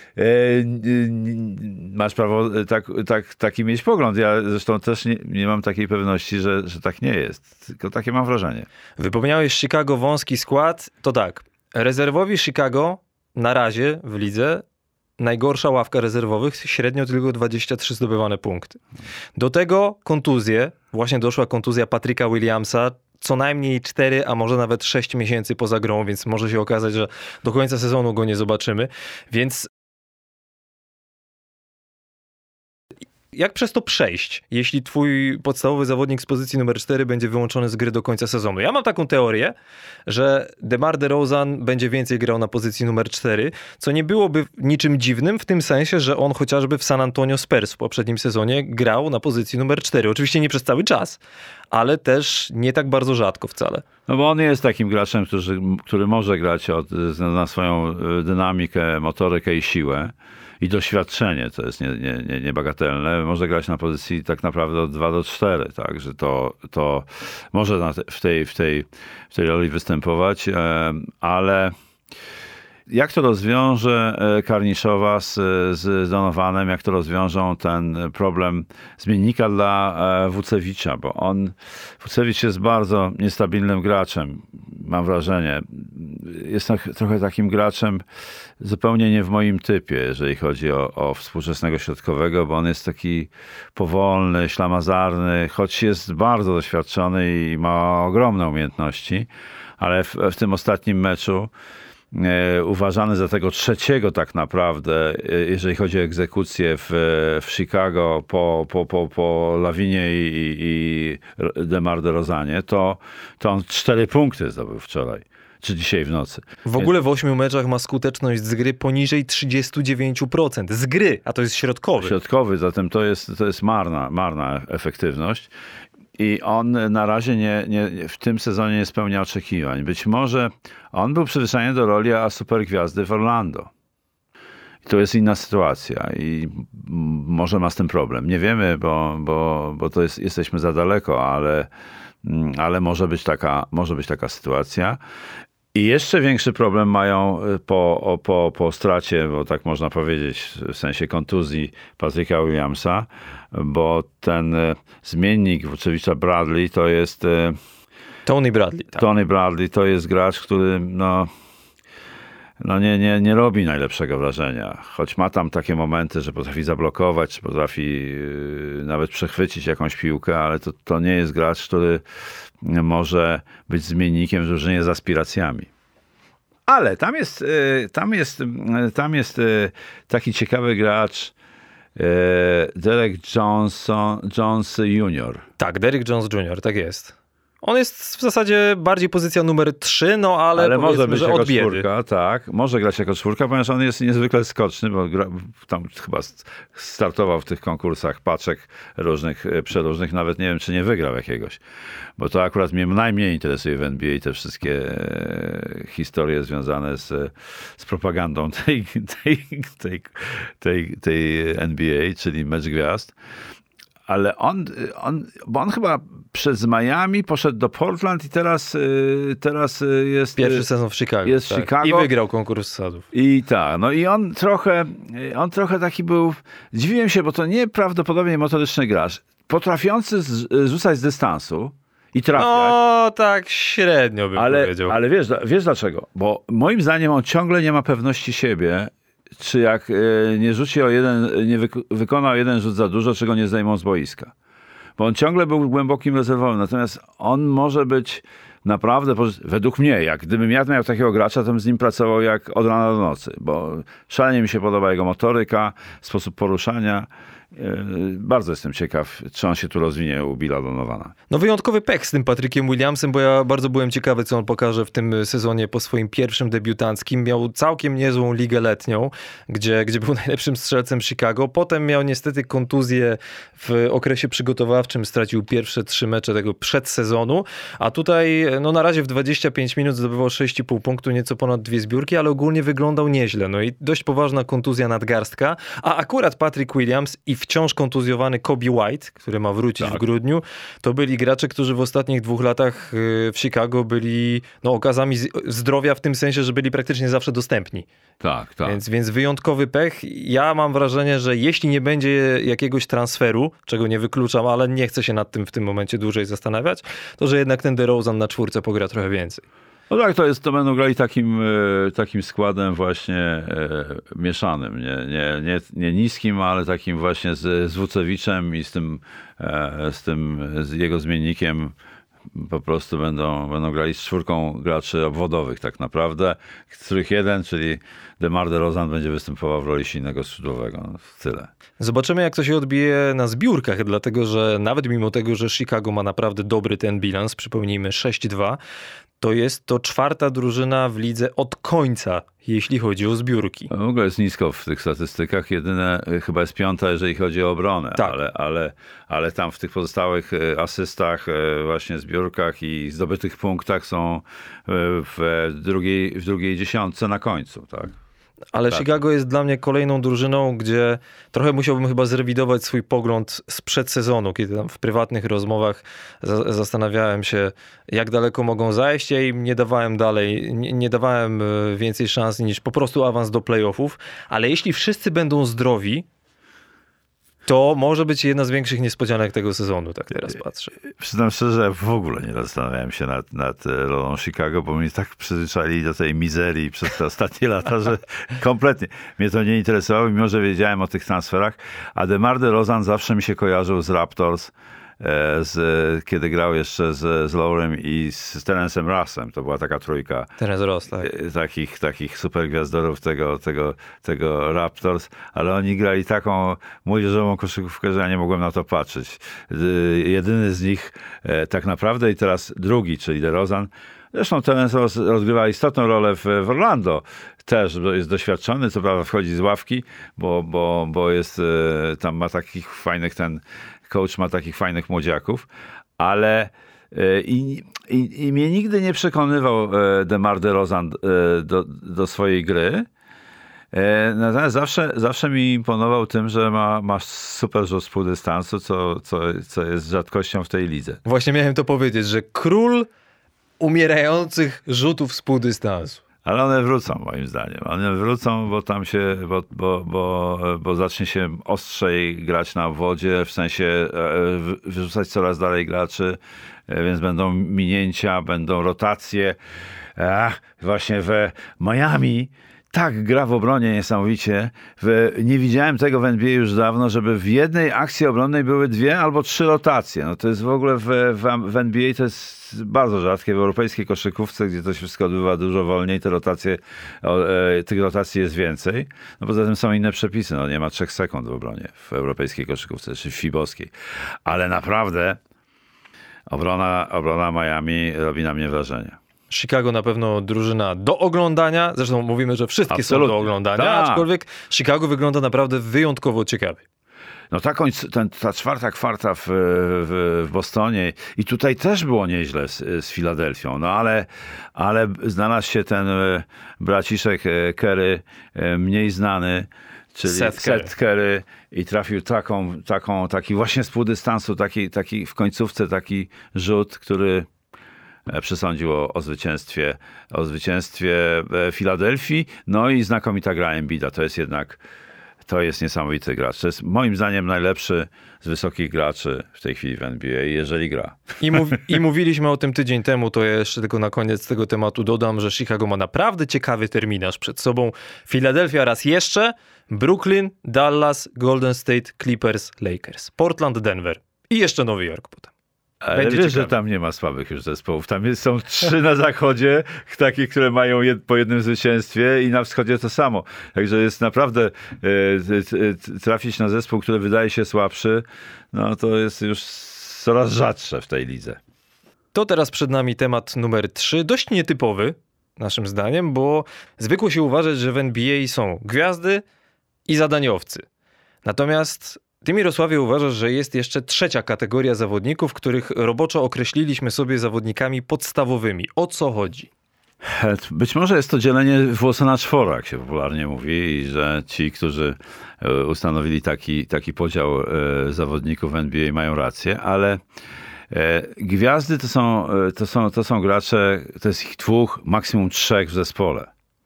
masz prawo taki mieć pogląd. Ja zresztą też nie mam takiej pewności, że tak nie jest. Tylko takie mam wrażenie. Wypomniałeś Chicago, wąski skład. To tak, rezerwowi Chicago na razie w lidze najgorsza ławka rezerwowych, średnio tylko 23 zdobywane punkty. Do tego kontuzje, właśnie doszła kontuzja Patricka Williamsa, co najmniej 4, a może nawet 6 miesięcy poza grą, więc może się okazać, że do końca sezonu go nie zobaczymy. Więc jak przez to przejść, jeśli twój podstawowy zawodnik z pozycji numer 4 będzie wyłączony z gry do końca sezonu? Ja mam taką teorię, że DeMar DeRozan będzie więcej grał na pozycji numer 4, co nie byłoby niczym dziwnym w tym sensie, że on chociażby w San Antonio Spurs w poprzednim sezonie grał na pozycji numer 4. Oczywiście nie przez cały czas, ale też nie tak bardzo rzadko wcale. No bo on jest takim graczem, który może grać na swoją dynamikę, motorykę i siłę. I doświadczenie, to jest niebagatelne, może grać na pozycji tak naprawdę od 2 do 4, tak, że to może w tej roli występować, ale jak to rozwiąże Karniszowa z Donovanem, jak to rozwiążą ten problem zmiennika dla Wucewicza, bo Wucewicz jest bardzo niestabilnym graczem, mam wrażenie. Jest trochę takim graczem zupełnie nie w moim typie, jeżeli chodzi o współczesnego środkowego, bo on jest taki powolny, ślamazarny, choć jest bardzo doświadczony i ma ogromne umiejętności, ale w tym ostatnim meczu uważany za tego trzeciego tak naprawdę, jeżeli chodzi o egzekucję w Chicago po Lavinie i DeMar DeRozanie, to on 4 punkty zdobył wczoraj. Czy dzisiaj w nocy. W ogóle w 8 meczach ma skuteczność z gry poniżej 39%. Z gry, a to jest środkowy. Środkowy, zatem to jest marna efektywność. I on na razie w tym sezonie nie spełnia oczekiwań. Być może on był przyzwyczajony do roli supergwiazdy w Orlando. I to jest inna sytuacja i może ma z tym problem. Nie wiemy, bo to jesteśmy za daleko, ale może być taka sytuacja. I jeszcze większy problem mają po stracie, bo tak można powiedzieć, w sensie kontuzji Patricka Williamsa, bo ten zmiennik Vucevicza Bradley to jest... Tony Bradley. Tak. Tony Bradley to jest gracz, który nie robi najlepszego wrażenia. Choć ma tam takie momenty, że potrafi zablokować, czy potrafi nawet przechwycić jakąś piłkę, ale to nie jest gracz, który może być zmiennikiem w drużynie z aspiracjami. Ale tam jest taki ciekawy gracz Derek Jones Jr. Tak, Derek Jones Jr., tak jest. On jest w zasadzie bardziej pozycja numer 3, no ale może być że jako od biedy. czwórka, tak. Może grać jako czwórka, ponieważ on jest niezwykle skoczny, bo tam chyba startował w tych konkursach paczek różnych, przeróżnych. Nawet nie wiem, czy nie wygrał jakiegoś. Bo to akurat mnie najmniej interesuje w NBA te wszystkie historie związane z propagandą tej NBA, czyli mecz gwiazd. Ale bo on chyba przez Miami poszedł do Portland i teraz jest... Pierwszy sezon w Chicago. Jest w Chicago. I wygrał konkurs sadów. I tak, no i on trochę taki był... Dziwiłem się, bo to nieprawdopodobnie motoryczny gracz, potrafiący rzucać z dystansu i trafiać. No, tak średnio bym powiedział. Ale wiesz dlaczego? Bo moim zdaniem on ciągle nie ma pewności siebie, czy jak nie rzuci nie wykonał jeden rzut za dużo, czego nie zdejmą z boiska. Bo on ciągle był głębokim rezerwowym. Natomiast on może być naprawdę, według mnie, jak gdybym ja miał takiego gracza, to bym z nim pracował jak od rana do nocy. Bo szalenie mi się podoba jego motoryka, sposób poruszania. Bardzo jestem ciekaw, czy on się tu rozwinie u Billa Donovana. No wyjątkowy pech z tym Patrickiem Williamsem, bo ja bardzo byłem ciekawy, co on pokaże w tym sezonie po swoim pierwszym debiutanckim. Miał całkiem niezłą ligę letnią, gdzie był najlepszym strzelcem Chicago. Potem miał niestety kontuzję w okresie przygotowawczym. Stracił pierwsze 3 mecze tego przedsezonu, a tutaj no na razie w 25 minut zdobywał 6,5 punktu, nieco ponad 2 zbiórki, ale ogólnie wyglądał nieźle. No i dość poważna kontuzja nadgarstka, a akurat Patrick Williams i wciąż kontuzjowany Kobe White, który ma wrócić w grudniu, to byli gracze, którzy w ostatnich 2 latach w Chicago byli okazami zdrowia w tym sensie, że byli praktycznie zawsze dostępni. Tak. Więc wyjątkowy pech. Ja mam wrażenie, że jeśli nie będzie jakiegoś transferu, czego nie wykluczam, ale nie chcę się nad tym w tym momencie dłużej zastanawiać, to że jednak ten DeRozan na 4 pogra trochę więcej. No tak, to będą grali takim składem właśnie mieszanym, nie niskim, ale takim właśnie z Wucewiczem i z jego zmiennikiem po prostu będą grali z 4 graczy obwodowych tak naprawdę, z których jeden, czyli DeMar DeRozan, będzie występował w roli silnego skrzydłowego. No, tyle. Zobaczymy, jak to się odbije na zbiórkach, dlatego że nawet mimo tego, że Chicago ma naprawdę dobry ten bilans, przypomnijmy 6-2, to jest to 4. drużyna w lidze od końca, jeśli chodzi o zbiórki. W ogóle jest nisko w tych statystykach. Jedyne chyba jest 5, jeżeli chodzi o obronę. Tak. Ale tam w tych pozostałych asystach, właśnie zbiórkach i zdobytych punktach są w drugiej dziesiątce na końcu, tak? Ale tak. Chicago jest dla mnie kolejną drużyną, gdzie trochę musiałbym chyba zrewidować swój pogląd sprzed sezonu, kiedy tam w prywatnych rozmowach zastanawiałem się, jak daleko mogą zajść. Ja im nie dawałem więcej szans niż po prostu awans do playoffów, ale jeśli wszyscy będą zdrowi, to może być jedna z większych niespodzianek tego sezonu, tak teraz patrzę. Przyznam szczerze, w ogóle nie zastanawiałem się nad rolą Chicago, bo mnie tak przyzwyczaili do tej mizerii przez te ostatnie lata, że kompletnie mnie to nie interesowało, mimo że wiedziałem o tych transferach. A DeMar DeRozan zawsze mi się kojarzył z Raptors, kiedy grał jeszcze z Lowrym i z Terence'em Russem. To była taka trójka. Terence Ross, tak. Takich super gwiazdorów tego Raptors, ale oni grali taką młodzieżową koszykówkę, że ja nie mogłem na to patrzeć. Jedyny z nich tak naprawdę i teraz drugi, czyli DeRozan. Zresztą Terence Ross rozgrywa istotną rolę w Orlando. Też jest doświadczony, co prawda wchodzi z ławki, bo jest tam ma takich fajnych coach ma takich fajnych młodziaków, ale i mnie nigdy nie przekonywał DeMar DeRozan do swojej gry. Natomiast zawsze mi imponował tym, że ma super rzut z półdystansu, co jest rzadkością w tej lidze. Właśnie miałem to powiedzieć, że król umierających rzutów z półdystansu. Ale one wrócą, moim zdaniem. One wrócą, bo tam się, bo zacznie się ostrzej grać na obwodzie, w sensie wyrzucać coraz dalej graczy, więc będą minięcia, będą rotacje. Właśnie w Miami tak gra w obronie niesamowicie. Nie widziałem tego w NBA już dawno, żeby w jednej akcji obronnej były 2 albo 3 rotacje. No to jest w ogóle w NBA to jest bardzo rzadkie. W europejskiej koszykówce, gdzie to się wszystko odbywa dużo wolniej, tych rotacji jest więcej. No poza tym są inne przepisy. No nie ma 3 sekund w obronie w europejskiej koszykówce, czy w fibowskiej. Ale naprawdę Obrona Miami robi na mnie wrażenie. Chicago na pewno drużyna do oglądania. Zresztą mówimy, że wszystkie Absolutnie. są do oglądania, Tak. aczkolwiek Chicago wygląda naprawdę wyjątkowo ciekawie. No ta czwarta kwarta w Bostonie i tutaj też było nieźle z Filadelfią, no ale znalazł się ten braciszek Curry, mniej znany, czyli Seth Curry i trafił taki właśnie z półdystansu, taki w końcówce taki rzut, który przesądził o zwycięstwie Filadelfii, no i znakomita gra Embida, to jest niesamowity gracz. To jest moim zdaniem najlepszy z wysokich graczy w tej chwili w NBA, jeżeli gra. I mówiliśmy o tym tydzień temu, to ja jeszcze tylko na koniec tego tematu dodam, że Chicago ma naprawdę ciekawy terminarz przed sobą. Philadelphia raz jeszcze, Brooklyn, Dallas, Golden State, Clippers, Lakers, Portland, Denver i jeszcze Nowy Jork potem. Ale wiesz, że tam nie ma słabych już zespołów. Tam są 3 na zachodzie, takich, które mają po jednym zwycięstwie i na wschodzie to samo. Także jest naprawdę trafić na zespół, który wydaje się słabszy, no to jest już coraz rzadsze w tej lidze. To teraz przed nami temat numer 3, dość nietypowy naszym zdaniem, bo zwykło się uważać, że w NBA są gwiazdy i zadaniowcy. Natomiast ty, Mirosławie, uważasz, że jest jeszcze trzecia kategoria zawodników, których roboczo określiliśmy sobie zawodnikami podstawowymi. O co chodzi? Być może jest to dzielenie włosa na czworo, jak się popularnie mówi, i że ci, którzy ustanowili taki podział zawodników NBA, mają rację, ale gwiazdy to są gracze, to jest ich 2, maksimum 3 w zespole,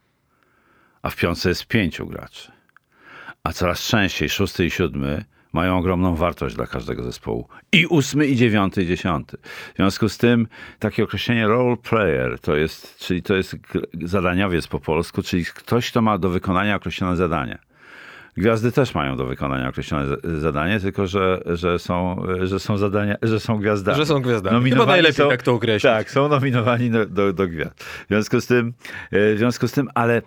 a w piątce jest 5 graczy. A coraz częściej 6 i 7 mają ogromną wartość dla każdego zespołu. I 8, i 9, i 10. W związku z tym takie określenie role player to jest zadaniowiec po polsku, czyli ktoś, kto ma do wykonania określone zadanie. Gwiazdy też mają do wykonania określone zadanie, tylko że są gwiazdami. Że są gwiazdami. Chyba najlepiej tak to określić. Tak, są nominowani do gwiazd. W związku z tym, ale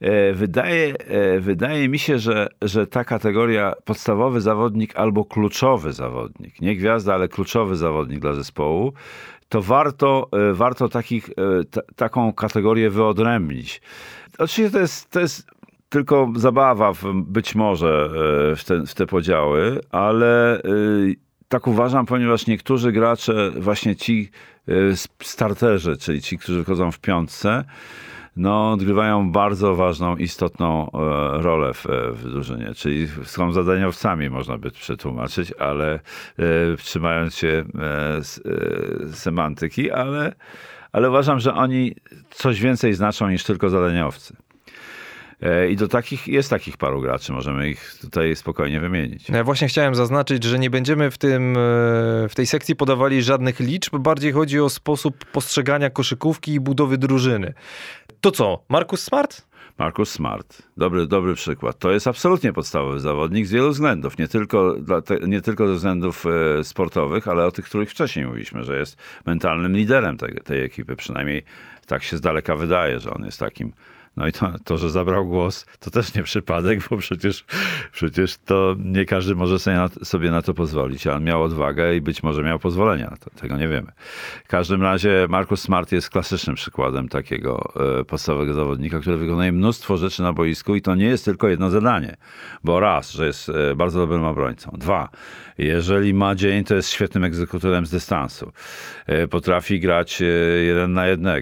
wydaje mi się, że ta kategoria podstawowy zawodnik albo kluczowy zawodnik, nie gwiazda, ale kluczowy zawodnik dla zespołu, to warto taką kategorię wyodrębnić. Oczywiście to jest tylko zabawa być może w te podziały, ale tak uważam, ponieważ niektórzy gracze, właśnie ci starterzy, czyli ci, którzy wchodzą w piątce, no, odgrywają bardzo ważną, istotną rolę w drużynie, czyli są zadaniowcami, można by przetłumaczyć, ale trzymając się semantyki, ale uważam, że oni coś więcej znaczą niż tylko zadaniowcy. I jest takich paru graczy, możemy ich tutaj spokojnie wymienić. Ja właśnie chciałem zaznaczyć, że nie będziemy w tej sekcji podawali żadnych liczb, bardziej chodzi o sposób postrzegania koszykówki i budowy drużyny. To co, Marcus Smart? Marcus Smart, dobry przykład. To jest absolutnie podstawowy zawodnik z wielu względów. Nie tylko ze względów sportowych, ale o tych, których wcześniej mówiliśmy, że jest mentalnym liderem tej ekipy. Przynajmniej tak się z daleka wydaje, że on jest takim. No i to, że zabrał głos, to też nie przypadek, bo przecież to nie każdy może sobie na to pozwolić, a on miał odwagę i być może miał pozwolenia na to. Tego nie wiemy. W każdym razie Marcus Smart jest klasycznym przykładem takiego podstawowego zawodnika, który wykonuje mnóstwo rzeczy na boisku i to nie jest tylko jedno zadanie, bo raz, że jest bardzo dobrym obrońcą. 2, jeżeli ma dzień, to jest świetnym egzekutorem z dystansu. Potrafi grać 1 na 1.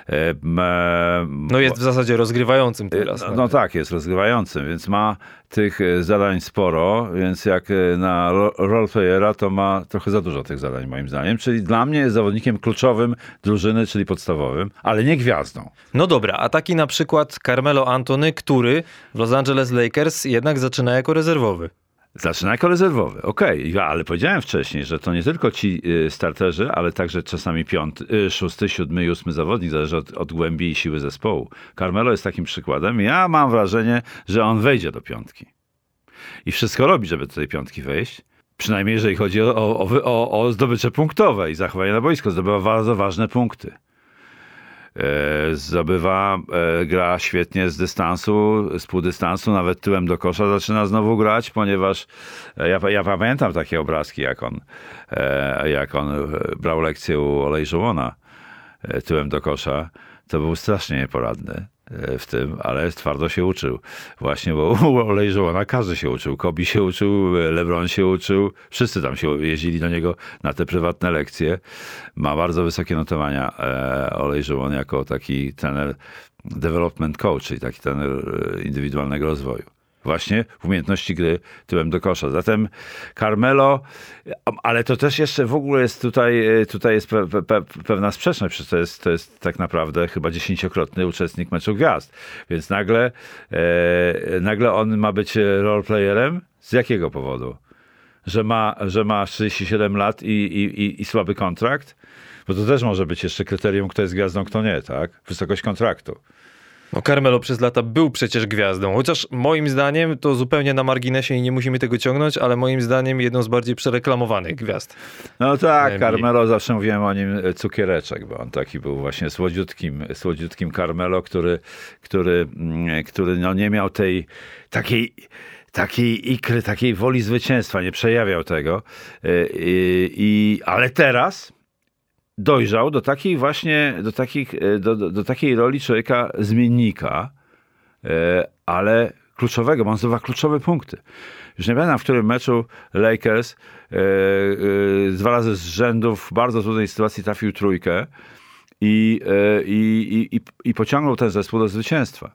No jest w zasadzie rozgrywającym teraz. No tak, jest rozgrywającym, więc ma tych zadań sporo, więc jak na roleplayera to ma trochę za dużo tych zadań moim zdaniem, czyli dla mnie jest zawodnikiem kluczowym drużyny, czyli podstawowym, ale nie gwiazdą. No dobra, a taki na przykład Carmelo Anthony, który w Los Angeles Lakers jednak zaczyna jako rezerwowy. Zaczyna jako rezerwowy, okej, ale powiedziałem wcześniej, że to nie tylko ci starterzy, ale także czasami 6., 7. i 8. zawodnik, zależy od głębi i siły zespołu. Carmelo jest takim przykładem. Ja mam wrażenie, że on wejdzie do piątki. I wszystko robi, żeby do tej piątki wejść. Przynajmniej jeżeli chodzi o zdobycze punktowe i zachowanie na boisku. Zdobywa bardzo ważne punkty. Zdobywa, gra świetnie z dystansu, z półdystansu, nawet tyłem do kosza zaczyna znowu grać, ponieważ ja pamiętam takie obrazki, jak on brał lekcję u Olejżołona tyłem do kosza. To był strasznie nieporadny w tym, ale twardo się uczył. Właśnie, bo u Olejżołona każdy się uczył. Kobe się uczył, LeBron się uczył. Wszyscy tam się jeździli do niego na te prywatne lekcje. Ma bardzo wysokie notowania Olejżołon jako taki trener development coach, czyli taki trener indywidualnego rozwoju. Właśnie w umiejętności gry tyłem do kosza. Zatem Carmelo, ale to też jeszcze w ogóle jest tutaj jest pewna sprzeczność, przecież to jest tak naprawdę chyba 10-krotny uczestnik meczu gwiazd. Więc nagle on ma być roleplayerem? Z jakiego powodu? Że ma 47 lat i słaby kontrakt? Bo to też może być jeszcze kryterium, kto jest gwiazdą, kto nie, tak? Wysokość kontraktu. No Carmelo przez lata był przecież gwiazdą, chociaż moim zdaniem to zupełnie na marginesie i nie musimy tego ciągnąć, ale moim zdaniem jedną z bardziej przereklamowanych gwiazd. No tak, Carmelo, zawsze mówiłem o nim cukiereczek, bo on taki był właśnie słodziutkim Carmelo, który no nie miał tej takiej ikry, takiej woli zwycięstwa, nie przejawiał tego. Ale teraz dojrzał do takiej właśnie, do takiej roli człowieka zmiennika, ale kluczowego, bo on zdobywa kluczowe punkty. Już nie pamiętam, w którym meczu Lakers 2 razy z rzędu w bardzo trudnej sytuacji trafił trójkę i pociągnął ten zespół do zwycięstwa.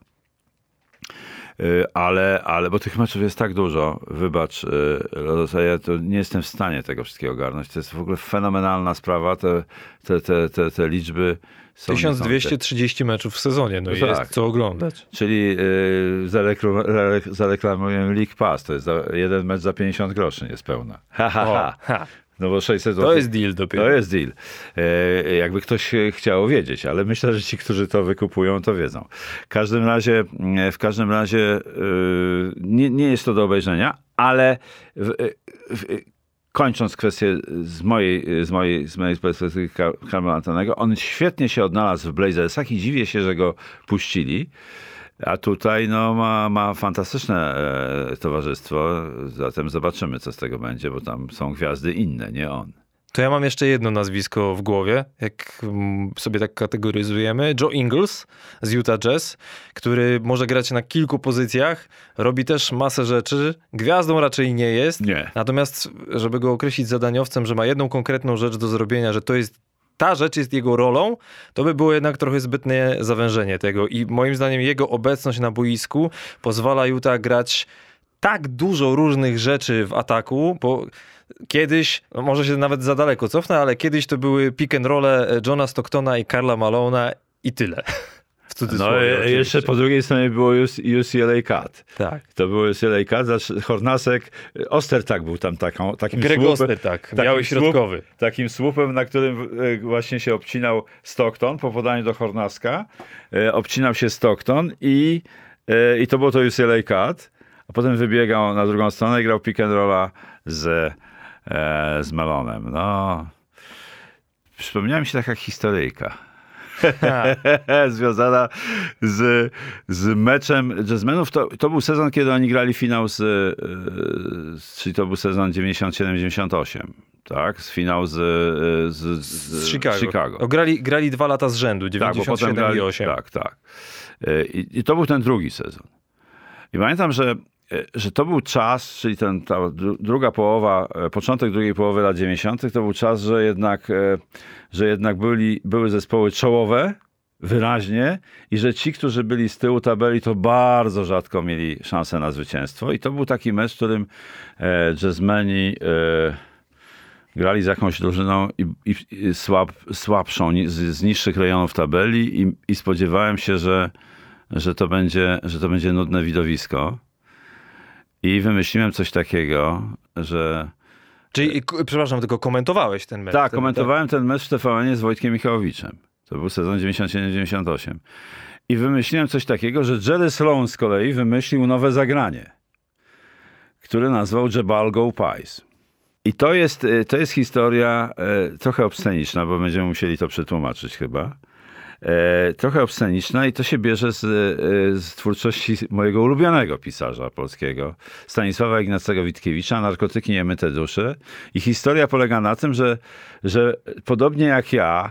Ale bo tych meczów jest tak dużo, wybacz, ja to nie jestem w stanie tego wszystkiego ogarnąć. To jest w ogóle fenomenalna sprawa, te liczby są 1230 meczów w sezonie, no tak. Jest co oglądać. Czyli zareklamujemy League Pass, to jest jeden mecz za 50 groszy niespełna. No bo 600 to jest deal dopiero. To jest deal. Jakby ktoś chciał wiedzieć, ale myślę, że ci, którzy to wykupują, to wiedzą. W każdym razie nie jest to do obejrzenia, ale kończąc kwestię z mojej perspektywy Carmelo Antonego, on świetnie się odnalazł w Blazersach i dziwię się, że go puścili. A tutaj no, ma fantastyczne towarzystwo, zatem zobaczymy, co z tego będzie, bo tam są gwiazdy inne, nie on. To ja mam jeszcze jedno nazwisko w głowie, jak sobie tak kategoryzujemy. Joe Ingles z Utah Jazz, który może grać na kilku pozycjach, robi też masę rzeczy. Gwiazdą raczej nie jest. Nie. Natomiast, żeby go określić zadaniowcem, że ma jedną konkretną rzecz do zrobienia, że ta rzecz jest jego rolą, to by było jednak trochę zbytnie zawężenie tego. I moim zdaniem jego obecność na boisku pozwala Utah grać tak dużo różnych rzeczy w ataku, bo kiedyś, no może się nawet za daleko cofnę, ale kiedyś to były pick and rolle Johna Stocktona i Karla Malona i tyle. W cudzysłowie, no jeszcze po drugiej stronie było UCLA Cat. Tak. To było UCLA Cat, Hornacek, Ostertag był tam takim Greg słupem. Ostertag, biały środkowy. Takim słupem, na którym właśnie się obcinał Stockton po podaniu do Hornacka. Obcinał się Stockton i to było to UCLA Cat. A potem wybiegał na drugą stronę i grał pick and rolla z Malonem. No, przypomniała mi się taka historyjka. Związana z meczem jazzmenów. To był sezon, kiedy oni grali finał czyli to był sezon 97-98. Tak? Z finał z Chicago. Grali 2 lata z rzędu, 97 i 8. Tak. I to był ten drugi sezon. I pamiętam, że to był czas, czyli ta druga połowa, początek drugiej połowy lat 90. to był czas, że jednak były zespoły czołowe, wyraźnie, i że ci, którzy byli z tyłu tabeli, to bardzo rzadko mieli szansę na zwycięstwo. I to był taki mecz, w którym jazzmeni grali z jakąś drużyną słabszą, z niższych rejonów tabeli i spodziewałem się, że to będzie nudne widowisko. I wymyśliłem coś takiego, że... Czyli, przepraszam, tylko komentowałeś ten mecz? Tak, komentowałem ten mecz w TVN-ie z Wojtkiem Michałowiczem. To był sezon 97-98. I wymyśliłem coś takiego, że Jerry Sloan z kolei wymyślił nowe zagranie, które nazwał Jabal Go Pies. I to jest historia trochę obsceniczna, bo będziemy musieli to przetłumaczyć chyba. trochę obsceniczna i to się bierze z twórczości mojego ulubionego pisarza polskiego, Stanisława Ignacego Witkiewicza, Narkotyki niemyte dusze. I historia polega na tym, że podobnie jak ja,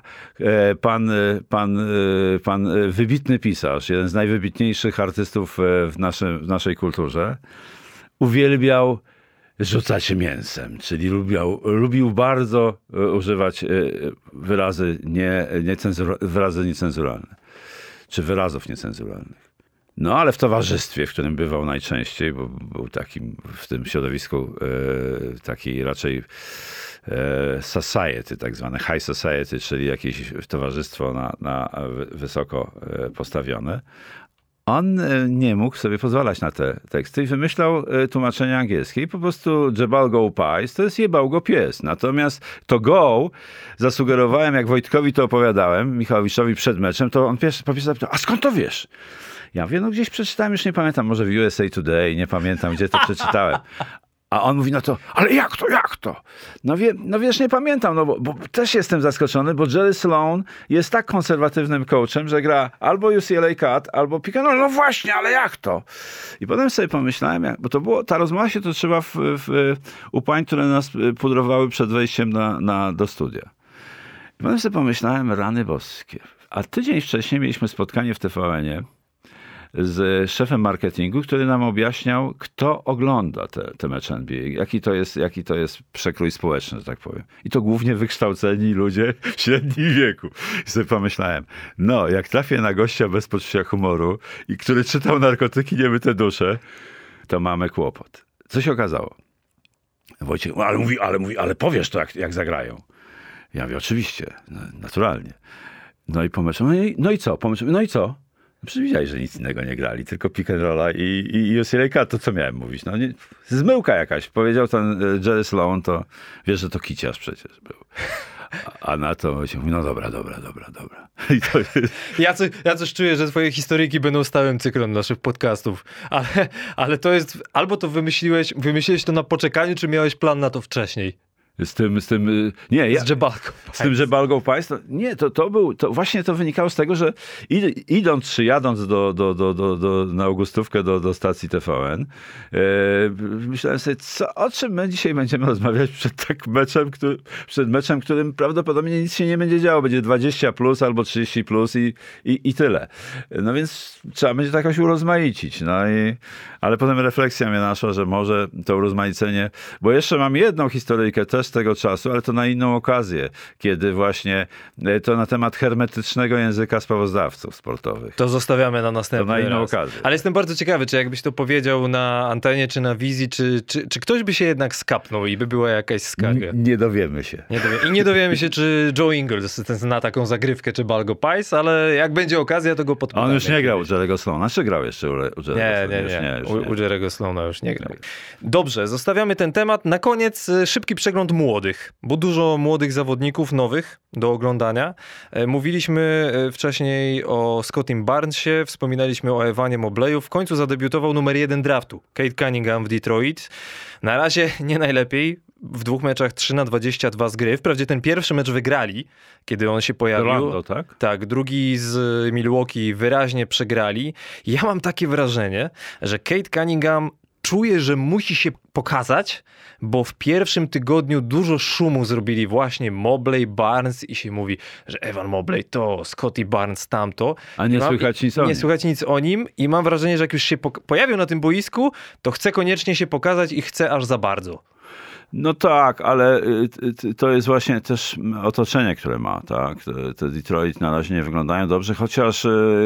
pan wybitny pisarz, jeden z najwybitniejszych artystów w naszej kulturze, uwielbiał rzucać mięsem, czyli lubił bardzo używać wyrazy niecenzuralne, czy wyrazów niecenzuralnych. No ale w towarzystwie, w którym bywał najczęściej, bo był takim w tym środowisku takiej raczej society, tak zwane high society, czyli jakieś towarzystwo na wysoko postawione, on nie mógł sobie pozwalać na te teksty i wymyślał tłumaczenie angielskie. I po prostu Jebal Go Pies to jest jebał go pies. Natomiast to go zasugerowałem, jak Wojtkowi to opowiadałem, Michałowiczowi przed meczem, to on pierwszy zapytał, a skąd to wiesz? Ja mówię, no gdzieś przeczytałem, już nie pamiętam, może w USA Today, nie pamiętam, gdzie to przeczytałem. A on mówi, no to, ale jak to? No wiesz, nie pamiętam, no bo też jestem zaskoczony, bo Jerry Sloan jest tak konserwatywnym coachem, że gra albo UCLA Cat, albo pick and roll. No właśnie, ale jak to? I potem sobie pomyślałem, bo ta rozmowa się toczyła u pań, które nas pudrowały przed wejściem do studia. I potem sobie pomyślałem, rany boskie. A tydzień wcześniej mieliśmy spotkanie w TVN-ie z szefem marketingu, który nam objaśniał, kto ogląda te mecze NBA, jaki to jest przekrój społeczny, że tak powiem. I to głównie wykształceni ludzie w średnim wieku. I sobie pomyślałem, no, jak trafię na gościa bez poczucia humoru i który czytał Narkotyki niemyte dusze, to mamy kłopot. Co się okazało? Wojciech, ale powiesz to, jak zagrają. Ja mówię, oczywiście, naturalnie. No i po meczu, no i co? Przewidziałeś, że nic innego nie grali, tylko pick and rolla i UCLA Cat, to co miałem mówić? No nie, zmyłka jakaś. Powiedział ten Jerry Sloan, to wiesz, że to kiciarz przecież był. A na to się mówi, no dobra. I to jest... Ja coś czuję, że twoje historyjki będą stałym cyklem naszych podcastów, ale to jest, albo to wymyśliłeś to na poczekaniu, czy miałeś plan na to wcześniej? Z tym Jebal Go Pies? Właśnie to wynikało z tego, że jadąc na Augustówkę do stacji TVN, myślałem sobie, o czym my dzisiaj będziemy rozmawiać przed meczem, którym prawdopodobnie nic się nie będzie działo. Będzie 20+ albo 30+ i tyle. No więc trzeba będzie to jakoś urozmaicić. Ale potem refleksja mnie naszła, że może to urozmaicenie, bo jeszcze mam jedną historyjkę też z tego czasu, ale to na inną okazję, kiedy właśnie to na temat hermetycznego języka sprawozdawców sportowych. To zostawiamy na następny raz. To na inną raz. okazję. Ale jestem bardzo ciekawy, czy jakbyś to powiedział na antenie, czy na wizji, czy ktoś by się jednak skapnął i by była jakaś skarga? Nie dowiemy się. Nie dowiemy się, czy Joe Ingles zna taką zagrywkę, czy Balgo Pies, ale jak będzie okazja, to go podpytamy. On już nie grał u Jerry'ego Sloana, czy grał jeszcze u Jerry'ego Sloana? U Jerry'ego Sloana już nie grał. Dobrze, zostawiamy ten temat. Na koniec szybki przegląd młodych, bo dużo młodych zawodników nowych do oglądania. Mówiliśmy wcześniej o Scottim Barnesie, wspominaliśmy o Ewanie Mobleyu. W końcu zadebiutował numer 1 draftu, Cade Cunningham w Detroit. Na razie nie najlepiej. W 2 meczach 3/22 z gry. Wprawdzie ten pierwszy mecz wygrali, kiedy on się pojawił. Orlando, tak? Tak, drugi z Milwaukee wyraźnie przegrali. Ja mam takie wrażenie, że Cade Cunningham czuje, że musi się pokazać, bo w pierwszym tygodniu dużo szumu zrobili właśnie Mobley, Barnes i się mówi, że Evan Mobley to, Scottie Barnes tamto. A nie słychać nic o nim. Nie słychać nic o nim i mam wrażenie, że jak już się pojawił na tym boisku, to chce koniecznie się pokazać i chce aż za bardzo. No tak, ale to jest właśnie też otoczenie, które ma, tak? Te Detroit na razie nie wyglądają dobrze, chociaż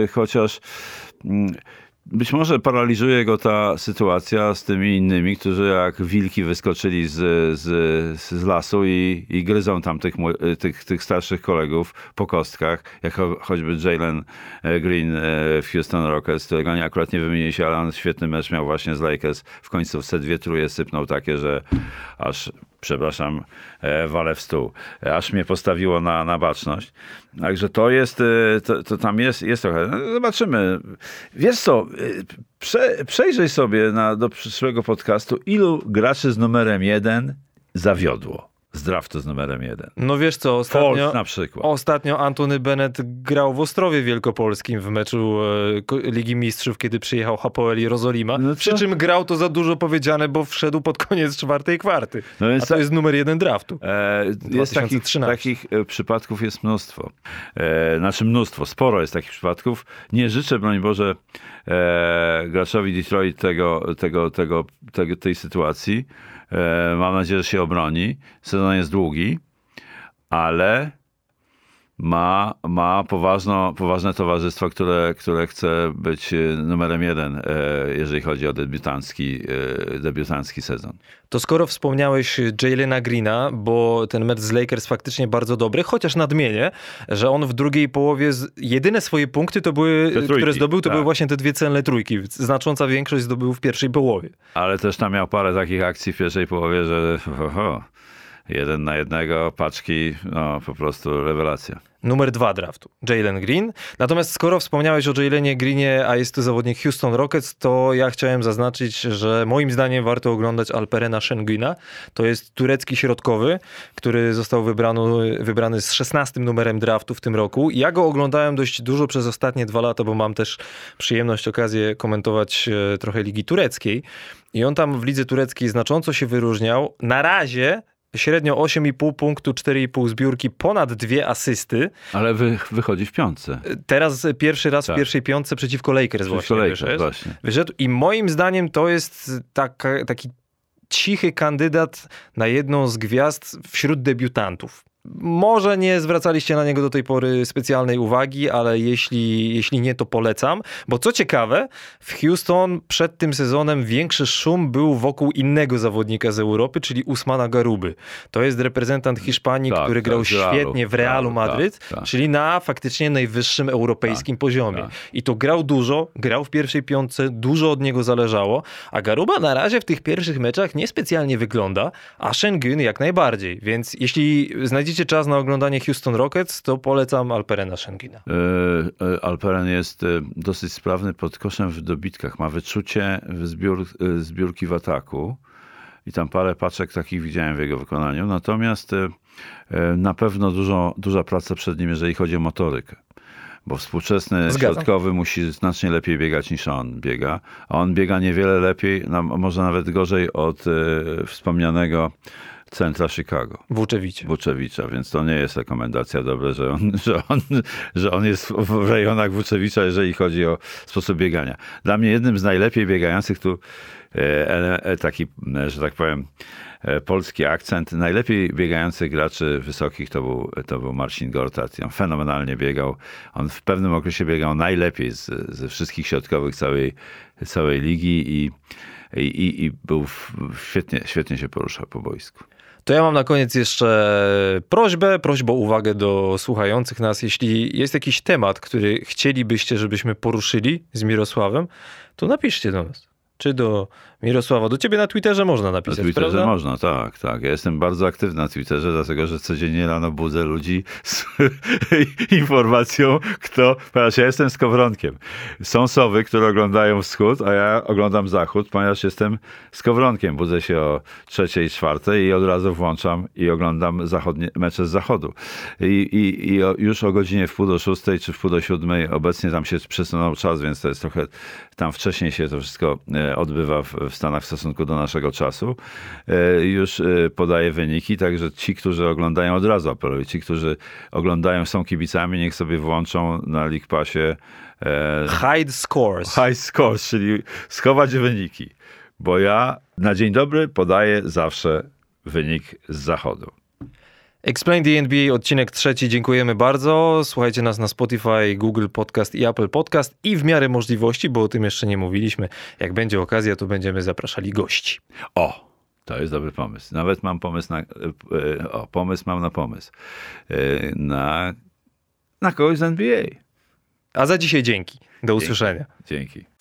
być może paraliżuje go ta sytuacja z tymi innymi, którzy jak wilki wyskoczyli z lasu i gryzą tam tych starszych kolegów po kostkach, jak choćby Jalen Green w Houston Rockets, którego oni akurat nie wymienili się, ale on świetny mecz miał właśnie z Lakers. W końcówce 2 trójki sypnął takie, że aż, przepraszam, walę w stół. Aż mnie postawiło na baczność. Także to jest, to tam jest trochę. No, zobaczymy. Wiesz co, przejrzyj sobie do przyszłego podcastu, ilu graczy z numerem 1 zawiodło. z draftu z numerem 1. No wiesz co, Falk na przykład. Ostatnio Antony Bennett grał w Ostrowie Wielkopolskim w meczu Ligi Mistrzów, kiedy przyjechał Hapoel Jerozolima. No Przy czym grał, to za dużo powiedziane, bo wszedł pod koniec 4. kwarty. No więc a to jest numer 1 draftu. Jest takich przypadków jest mnóstwo. Mnóstwo, sporo jest takich przypadków. Nie życzę, broń Boże, graczowi Detroit tej sytuacji. Mam nadzieję, że się obroni. Sezon jest długi, ale ma poważne towarzystwo, które chce być numerem 1, jeżeli chodzi o debiutancki sezon. To skoro wspomniałeś Jalena Greena, bo ten mecz z Lakers faktycznie bardzo dobry, chociaż nadmienię, że on w drugiej połowie jedyne swoje punkty, które zdobył, to były właśnie te 2 celne trójki. Znacząca większość zdobył w pierwszej połowie. Ale też tam miał parę takich akcji w pierwszej połowie, że 1 na 1 paczki, po prostu rewelacja. Numer 2 draftu, Jalen Green. Natomiast skoro wspomniałeś o Jalenie Greenie, a jest to zawodnik Houston Rockets, to ja chciałem zaznaczyć, że moim zdaniem warto oglądać Alperena Şengün'a. To jest turecki środkowy, który został wybrany z 16 numerem draftu w tym roku. Ja go oglądałem dość dużo przez ostatnie 2 lata, bo mam też okazję komentować trochę ligi tureckiej. I on tam w lidze tureckiej znacząco się wyróżniał. Na razie średnio 8,5 punktu, 4,5 zbiórki, ponad 2 asysty. Ale wychodzi w piątce. Teraz pierwszy raz w pierwszej piątce przeciwko Lakers wyszedł. I moim zdaniem to jest taki cichy kandydat na jedną z gwiazd wśród debiutantów. Może nie zwracaliście na niego do tej pory specjalnej uwagi, ale jeśli nie, to polecam. Bo co ciekawe, w Houston przed tym sezonem większy szum był wokół innego zawodnika z Europy, czyli Usmana Garuby. To jest reprezentant Hiszpanii, który grał świetnie w Realu Madryt, czyli na faktycznie najwyższym europejskim poziomie. I to grał w pierwszej piątce, dużo od niego zależało, a Garuba na razie w tych pierwszych meczach niespecjalnie wygląda, a Şengün jak najbardziej. Więc jeśli znajdziecie czas na oglądanie Houston Rockets, to polecam Alperena Şengün'a. Alperen jest dosyć sprawny pod koszem w dobitkach. Ma wyczucie zbiórki w ataku i tam parę paczek takich widziałem w jego wykonaniu. Natomiast na pewno duża praca przed nim, jeżeli chodzi o motorykę. Bo współczesny środkowy musi znacznie lepiej biegać niż on biega. A on biega niewiele lepiej, może nawet gorzej od wspomnianego centra Chicago. Vučevića, więc to nie jest rekomendacja dobra, że on jest w rejonach Vučevića, jeżeli chodzi o sposób biegania. Dla mnie jednym z najlepiej biegających tu taki, że tak powiem, polski akcent. Najlepiej biegających graczy wysokich to był Marcin Gortat. On fenomenalnie biegał. On w pewnym okresie biegał najlepiej ze wszystkich środkowych całej ligi i był świetnie się poruszał po boisku. To ja mam na koniec jeszcze prośbę o uwagę do słuchających nas. Jeśli jest jakiś temat, który chcielibyście, żebyśmy poruszyli z Mirosławem, to napiszcie do nas. Czy do Mirosława. Do ciebie na Twitterze można napisać, na Twitterze prawda? Można, tak. Ja jestem bardzo aktywny na Twitterze, dlatego że codziennie rano budzę ludzi z informacją, ponieważ ja jestem skowronkiem. Są sowy, które oglądają wschód, a ja oglądam zachód, ponieważ jestem skowronkiem. Budzę się o 3:00, 4:00 i od razu włączam i oglądam mecze z zachodu. I już o godzinie 5:45 czy 5:45 obecnie tam się przesunął czas, więc to jest trochę tam wcześniej się to wszystko odbywa w Stanach w stosunku do naszego czasu. Już podaję wyniki, także ci, którzy oglądają, od razu apeluję, ci, którzy oglądają, są kibicami, niech sobie włączą na League Passie Hide scores, czyli schować wyniki. Bo ja na dzień dobry podaję zawsze wynik z zachodu. Explain the NBA, odcinek 3. Dziękujemy bardzo. Słuchajcie nas na Spotify, Google Podcast i Apple Podcast i w miarę możliwości, bo o tym jeszcze nie mówiliśmy. Jak będzie okazja, to będziemy zapraszali gości. To jest dobry pomysł. Nawet mam pomysł na pomysł. Na kogoś z NBA. A za dzisiaj dzięki. Do usłyszenia. Dzięki.